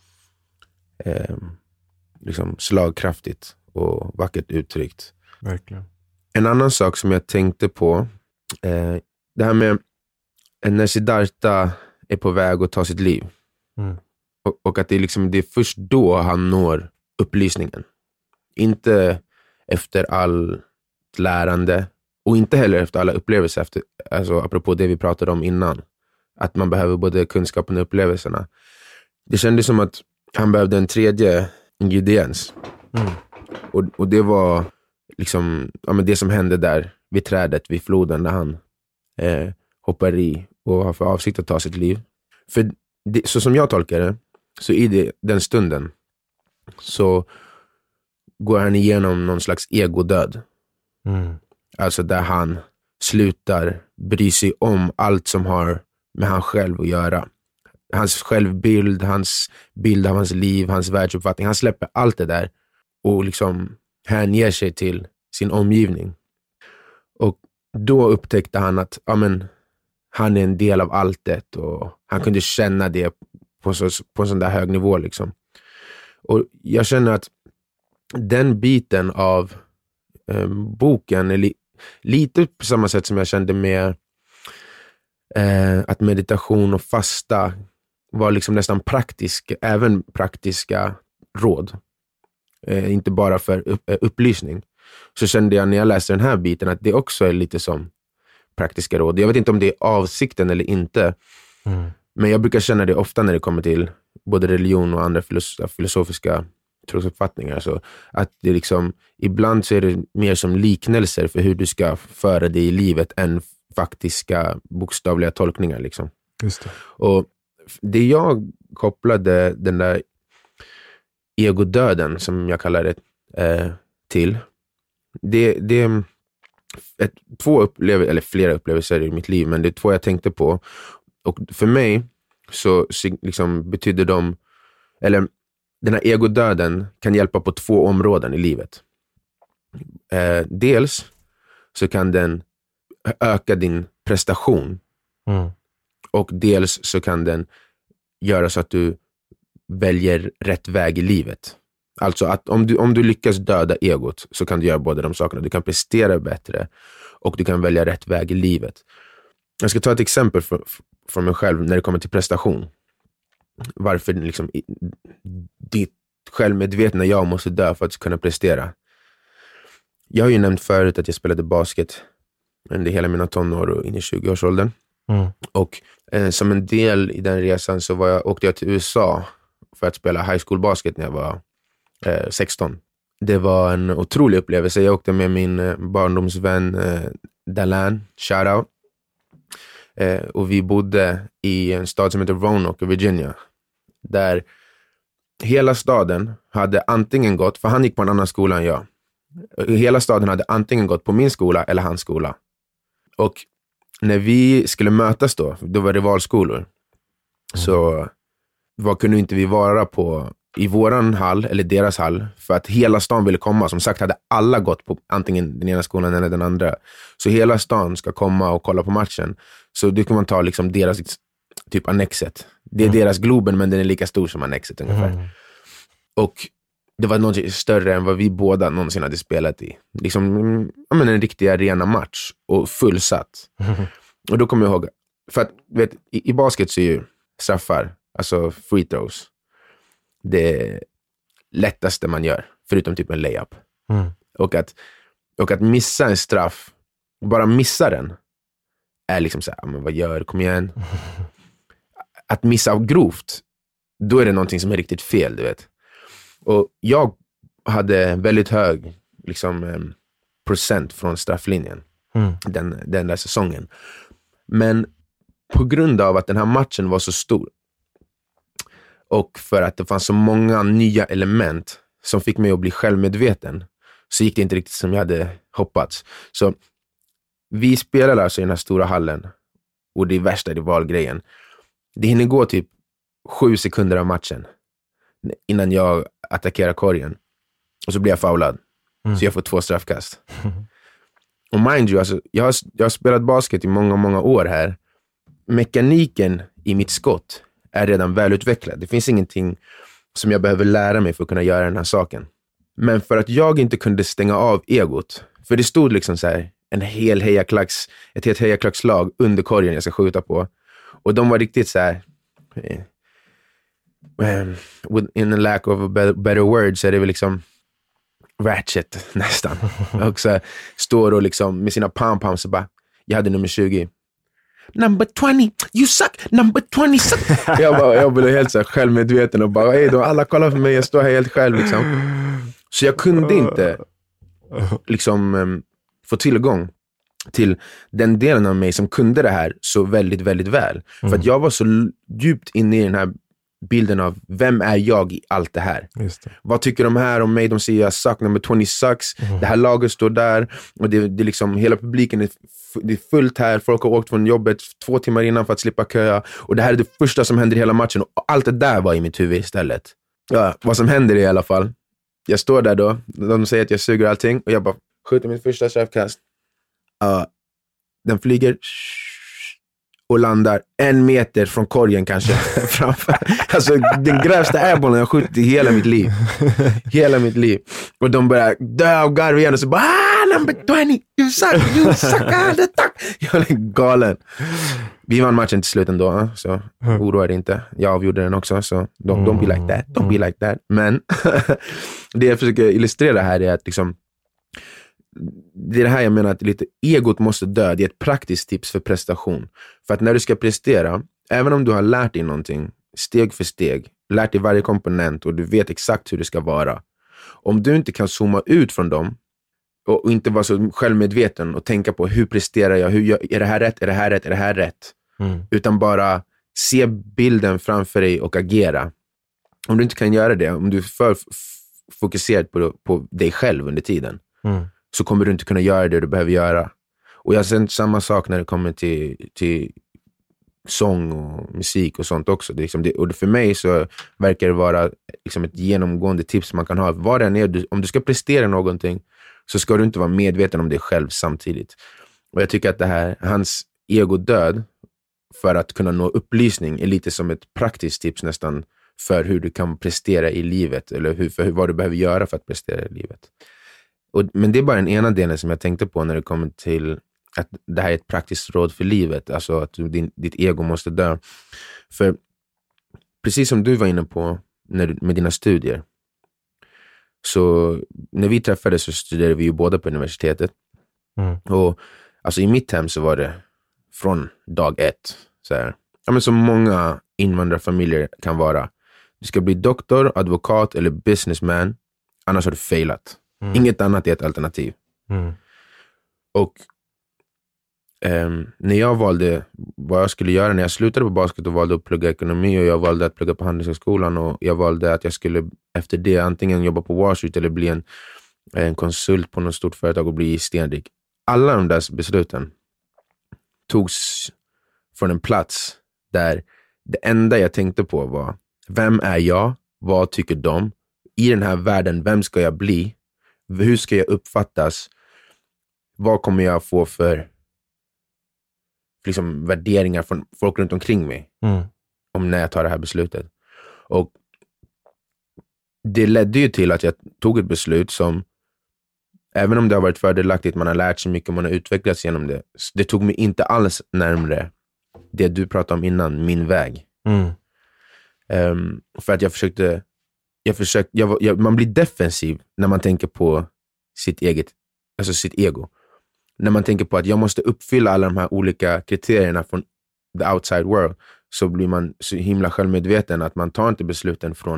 eh, liksom slagkraftigt och vackert uttryckt. Verkligen. En annan sak som jag tänkte på, eh, det här med när Siddhartha är på väg att ta sitt liv. Mm. Och, och att det är, liksom, det är först då han når upplysningen. Inte efter all lärande och inte heller efter alla upplevelser. Efter, alltså apropå det vi pratade om innan. Att man behöver både kunskapen och upplevelserna. Det kändes som att han behövde en tredje ingrediens. Mm. Och, och det var liksom ja, men det som hände där vid trädet, vid floden, när han eh, hoppar i och har för avsikt att ta sitt liv. För det, så som jag tolkar det, så i det, den stunden så går han igenom någon slags egodöd. Mm. Alltså där han slutar bry sig om allt som har med han själv att göra. Hans självbild, hans bild av hans liv, hans världsuppfattning. Han släpper allt det där och liksom hänger sig till sin omgivning. Och då upptäckte han att ja, men, han är en del av allt det och han kunde känna det på, så, på en sån där hög nivå liksom. Och jag känner att den biten av eh, boken är li, lite på samma sätt som jag kände med eh, att meditation och fasta var liksom nästan praktisk, även praktiska råd. Eh, inte bara för upp, eh, upplysning. Så kände jag när jag läste den här biten att det också är lite som praktiska råd. Jag vet inte om det är avsikten eller inte. Mm. Men jag brukar känna det ofta när det kommer till både religion och andra filos- filosofiska trosuppfattningar. Så att det liksom, ibland så är det mer som liknelser för hur du ska föra dig i livet än faktiska bokstavliga tolkningar liksom. Just det. Och det jag kopplade den där egodöden, som jag kallar det, eh, till, det, det är ett, två upplevelser, eller flera upplevelser i mitt liv, men det är två jag tänkte på. Och för mig så liksom betyder de, eller den här egodöden kan hjälpa på två områden i livet. Eh, dels så kan den öka din prestation. Mm. Och dels så kan den göra så att du väljer rätt väg i livet. Alltså att om du, om du lyckas döda egot så kan du göra båda de sakerna. Du kan prestera bättre och du kan välja rätt väg i livet. Jag ska ta ett exempel för, för mig själv när det kommer till prestation. Varför liksom ditt självmedvetna jag måste dö för att kunna prestera. Jag har ju nämnt förut att jag spelade basket under hela mina tonår och in i tjugoårsåldern. Mm. Och eh, som en del i den resan så var jag, åkte jag till U S A för att spela high school basket när jag var eh, sexton. Det var en otrolig upplevelse. Jag åkte med min eh, barndomsvän eh, Dalan, shoutout. Eh, och vi bodde i en stad som heter Roanoke, Virginia. Där hela staden hade antingen gått, för han gick på en annan skola än jag. Hela staden hade antingen gått på min skola eller hans skola. Och när vi skulle mötas då, då var det rivalskolor. Mm. Så vad kunde inte vi vara på i våran hall eller deras hall, för att hela stan ville komma. Som sagt hade alla gått på antingen den ena skolan eller den andra. Så hela stan ska komma och kolla på matchen. Så du kan man ta liksom deras typ annexet. Det är mm. deras Globen, men den är lika stor som annexet ungefär. Mm. Och det var något större än vad vi båda någonsin hade spelat i. Liksom, ja, men en riktig arena match och fullsatt. Mm. Och då kommer jag ihåg, för att vet, i, i basket så är ju straffar, alltså free throws, det lättaste man gör, förutom typ en layup. Mm. Och, att, och att missa en straff, bara missa den, är liksom så här, men vad gör, kom igen. Att missa av grovt, då är det någonting som är riktigt fel, du vet. Och jag hade väldigt hög liksom, eh, procent från strafflinjen mm. den, den där säsongen. Men på grund av att den här matchen var så stor och för att det fanns så många nya element som fick mig att bli självmedveten, så gick det inte riktigt som jag hade hoppats. Så vi spelade alltså i den här stora hallen, och det är värsta rivalgrejen. Det hinner gå typ sju sekunder av matchen innan jag attackerar korgen. Och så blir jag foulad. Mm. Så jag får två straffkast. Mm. Och mind you, alltså, jag, har, jag har spelat basket i många, många år här. Mekaniken i mitt skott är redan välutvecklad. Det finns ingenting som jag behöver lära mig för att kunna göra den här saken. Men för att jag inte kunde stänga av egot, för det stod liksom så här en hel hejaklacks, ett helt hejaklackslag under korgen jag ska skjuta på. Och de var riktigt så här... Um, in a lack of a better, better word, så är det väl liksom ratchet nästan. Och så står och liksom med sina pom-poms så bara, jag hade nummer tjugo. Number twenty, you suck, number twenty suck. jag, bara, jag blev helt så här självmedveten och bara, hej då, alla kollar för mig, jag står här helt själv liksom. Så jag kunde inte liksom um, få tillgång till den delen av mig som kunde det här så väldigt, väldigt väl. Mm. För att jag var så djupt inne i den här bilden av vem är jag i allt det här. Just det. Vad tycker de här om mig? De säger jag suck, number twenty sucks. Mm. Det här laget står där och det, det är liksom, hela publiken är, det är fullt här. Folk har åkt från jobbet två timmar innan för att slippa köa. Och det här är det första som händer i hela matchen. Och allt det där var i mitt huvud istället. Ja, vad som händer i alla fall. Jag står där då. De säger att jag suger allting. Och jag bara skjuter mitt första straffkast. Uh, den flyger och landar en meter från korgen kanske framför. Alltså den grövsta airballen jag skjutit i hela mitt liv. Hela mitt liv. Och de börjar dö och garva igen och så bara, ah, number twenty, you suck, you suck, ah, the tuck. Jag är galen. Vi vann matchen till slut ändå, så oroa dig inte. Jag avgjorde den också, så don't, don't be like that, don't be like that. Men det jag försöker illustrera här är att liksom, det är det här jag menar, att lite egot måste dö. Det är ett praktiskt tips för prestation. För att när du ska prestera, även om du har lärt dig någonting steg för steg, lärt dig varje komponent och du vet exakt hur det ska vara, om du inte kan zooma ut från dem och inte vara så självmedveten och tänka på hur presterar jag, hur jag, är det här rätt, är det här rätt, är det här rätt, mm. utan bara se bilden framför dig och agera. Om du inte kan göra det, om du är för f- fokuserad på, på dig själv under tiden, mm. så kommer du inte kunna göra det du behöver göra. Och jag har sett samma sak när det kommer till, till sång och musik och sånt också. Det är liksom det, och för mig så verkar det vara liksom ett genomgående tips man kan ha. Var den är, du, om du ska prestera någonting så ska du inte vara medveten om dig själv samtidigt. Och jag tycker att det här, hans egodöd för att kunna nå upplysning är lite som ett praktiskt tips nästan för hur du kan prestera i livet, eller hur, för hur, vad du behöver göra för att prestera i livet. Och, men det är bara den ena delen som jag tänkte på när det kommer till att det här är ett praktiskt råd för livet, alltså att din, ditt ego måste dö. För precis som du var inne på när du, med dina studier, så när vi träffades så studerade vi ju båda på universitetet. Mm. Och alltså i mitt hem så var det från dag ett så här, ja, men som många invandrarfamiljer kan vara. Du ska bli doktor, advokat eller businessman, annars har du failat. Mm. Inget annat är ett alternativ. Mm. Och um, när jag valde vad jag skulle göra när jag slutade på basket och valde att plugga ekonomi, och jag valde att plugga på Handelshögskolan, och jag valde att jag skulle efter det antingen jobba på Wall Street eller bli en, en konsult på något stort företag och bli stenrik. Alla de där besluten togs från en plats där det enda jag tänkte på var: vem är jag? Vad tycker de? I den här världen, vem ska jag bli? Hur ska jag uppfattas? Vad kommer jag få för liksom, värderingar från folk runt omkring mig mm. om när jag tar det här beslutet? Och det ledde ju till att jag tog ett beslut som, även om det har varit fördelaktigt, man har lärt sig mycket, man har utvecklats genom det, det tog mig inte alls närmare det du pratade om innan, min väg. Mm. Um, för att jag försökte, jag försökte jag, jag, man blir defensiv när man tänker på sitt eget, alltså sitt ego. När man tänker på att jag måste uppfylla alla de här olika kriterierna från the outside world, så blir man så himla självmedveten att man tar inte besluten från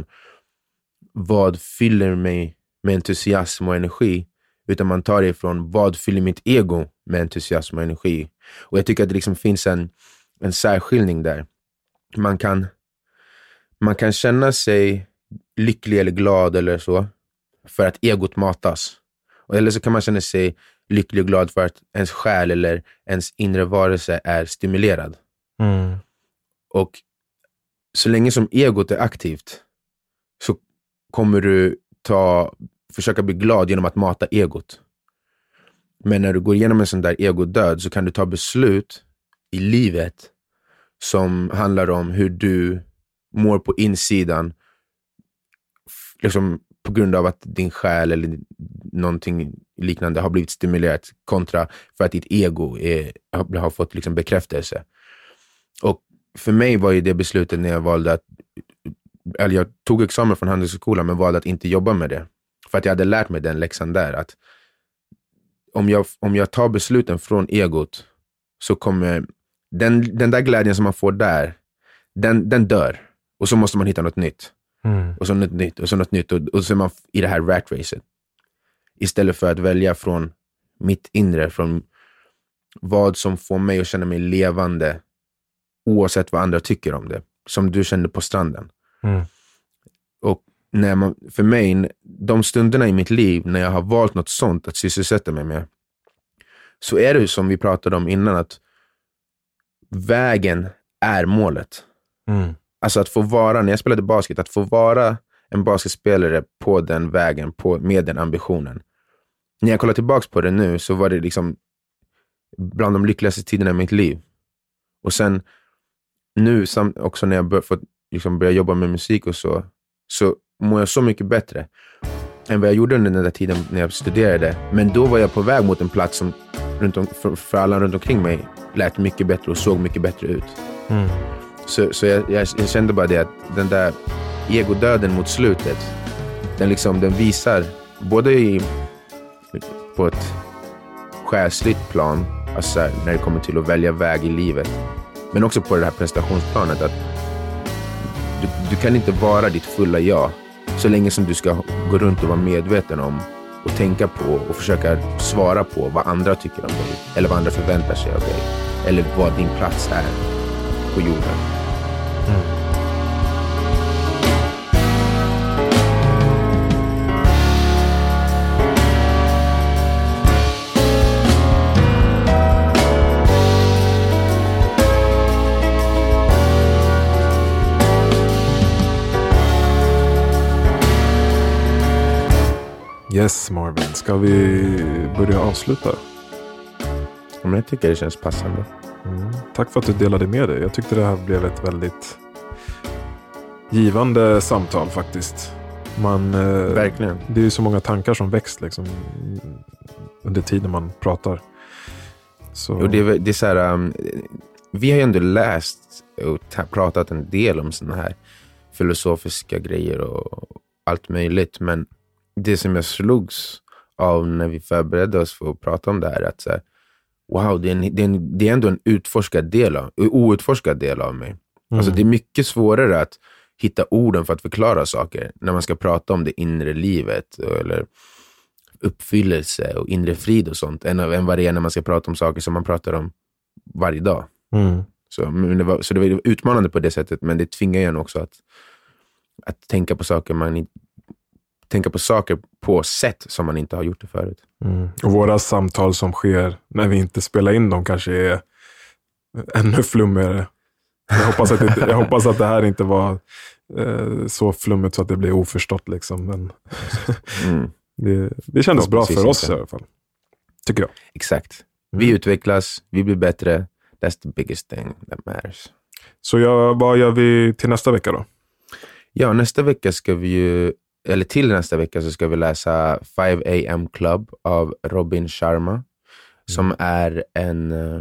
vad fyller mig med entusiasm och energi, utan man tar det från vad fyller mitt ego med entusiasm och energi. Och jag tycker att det liksom finns en, en särskiljning där. Man kan man kan känna sig lycklig eller glad eller så för att egot matas. Eller så kan man känna sig lycklig och glad för att ens själ eller ens inre varelse är stimulerad. Mm. Och så länge som egot är aktivt så kommer du ta, försöka bli glad genom att mata egot. Men när du går igenom en sån där egodöd så kan du ta beslut i livet som handlar om hur du mår på insidan, liksom på grund av att din själ eller någonting liknande har blivit stimulerat, kontra för att ditt ego är, har fått liksom bekräftelse. Och för mig var ju det beslutet när jag valde att, eller jag tog examen från Handelshögskolan men valde att inte jobba med det. För att jag hade lärt mig den läxan där, att om jag, om jag tar besluten från egot så kommer den, den där glädjen som man får där, den, den dör. Och så måste man hitta något nytt. Mm. Och så något nytt, och så något nytt. Och, och så är man i det här rat racet. Istället för att välja från mitt inre, från vad som får mig att känna mig levande oavsett vad andra tycker om det. Som du kände på stranden. Mm. Och när man, för mig, de stunderna i mitt liv när jag har valt något sånt att sysselsätta mig med, så är det som vi pratade om innan, att vägen är målet. Mm. Alltså att få vara, när jag spelade basket, att få vara en basketspelare på den vägen, på, med den ambitionen. När jag kollar tillbaka på det nu så var det liksom bland de lyckligaste tiderna i mitt liv. Och sen nu sam- också när jag bör, fått, liksom börja jobba med musik och så, så mår jag så mycket bättre än vad jag gjorde under den där tiden när jag studerade. Men då var jag på väg mot en plats som runt om, för, för alla runt omkring mig lät mycket bättre och såg mycket bättre ut. Mm. Så, så jag, jag, jag kände bara det, att den där egodöden mot slutet, den, liksom, den visar både i, på ett själsligt plan, alltså när det kommer till att välja väg i livet, men också på det här prestationsplanet, att du, du kan inte vara ditt fulla jag så länge som du ska gå runt och vara medveten om och tänka på och försöka svara på vad andra tycker om dig, eller vad andra förväntar sig av dig, eller vad din plats är på jorden. Mm. Yes, Marvin. Ska vi börja avsluta? Men jag tycker det känns passande. Mm. Tack för att du delade med dig. Jag tyckte det här blev ett väldigt givande samtal faktiskt. Man, Verkligen. Det är ju så många tankar som väcks liksom, under tiden man pratar. Så. Jo, det, är, det är så här, um, vi har ju ändå läst och ta- pratat en del om såna här filosofiska grejer och allt möjligt, men det som jag slogs av när vi förberedde oss för att prata om det här är att så här, wow, det är, en, det, är en, det är ändå en utforskad del av, outforskad del av mig. Mm. Alltså det är mycket svårare att hitta orden för att förklara saker när man ska prata om det inre livet eller uppfyllelse och inre frid och sånt än, än vad det är när man ska prata om saker som man pratar om varje dag. Mm. Så, men det var, så det var utmanande på det sättet, men det tvingar en också att, att tänka på saker man tänka på saker på sätt som man inte har gjort det förut. Mm. Och våra samtal som sker när vi inte spelar in dem kanske är ännu flummigare. Jag hoppas att det, jag hoppas att det här inte var eh, så flummigt så att det blir oförstått liksom. Men mm. det, det kändes ja, bra för oss inte. I alla fall. Tycker jag. Exakt. Vi mm. utvecklas, vi blir bättre. That's the biggest thing that matters. Så jag, vad gör vi till nästa vecka då? Ja, nästa vecka ska vi ju eller till nästa vecka så ska vi läsa five a m Club av Robin Sharma mm. som är en uh,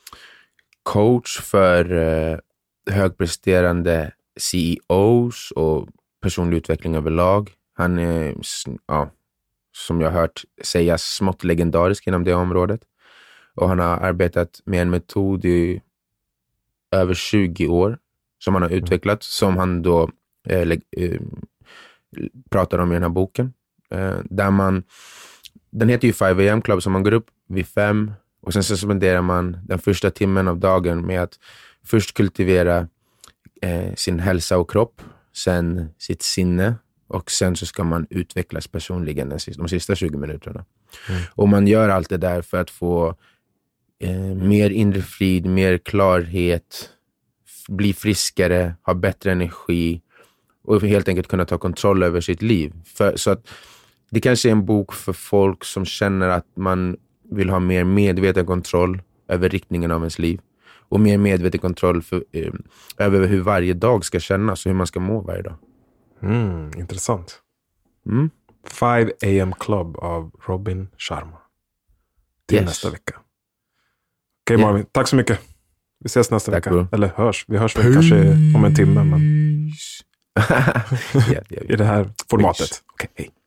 coach för uh, högpresterande C E Os och personlig utveckling överlag. Han är, ja, som jag har hört sägas, smått legendarisk inom det området. Och han har arbetat med en metod i över tjugo år som han har utvecklat, mm. som han då eh, eh, pratar om i den här boken. Eh, där man, den heter ju five a m Club, som man går upp vid fem och sen så spenderar man den första timmen av dagen med att först kultivera eh, sin hälsa och kropp, sen sitt sinne och sen så ska man utvecklas personligen de sista, de sista tjugo minuterna. Mm. Och man gör allt det där för att få eh, mer inre frid, mer klarhet, f- bli friskare, ha bättre energi och helt enkelt kunna ta kontroll över sitt liv. För, så att det kanske är en bok för folk som känner att man vill ha mer medveten kontroll över riktningen av ens liv. Och mer medveten kontroll för, eh, över hur varje dag ska kännas och hur man ska må varje dag. Mm, intressant. Mm. five a m Club av Robin Sharma. Till yes. nästa vecka. Okej okay, yeah. Marvin, tack så mycket. Vi ses nästa tack, vecka. Bro. Eller hörs. Vi hörs väl kanske om en timme. Men... yeah, yeah, yeah. I det här formatet. Okej, okay, hej.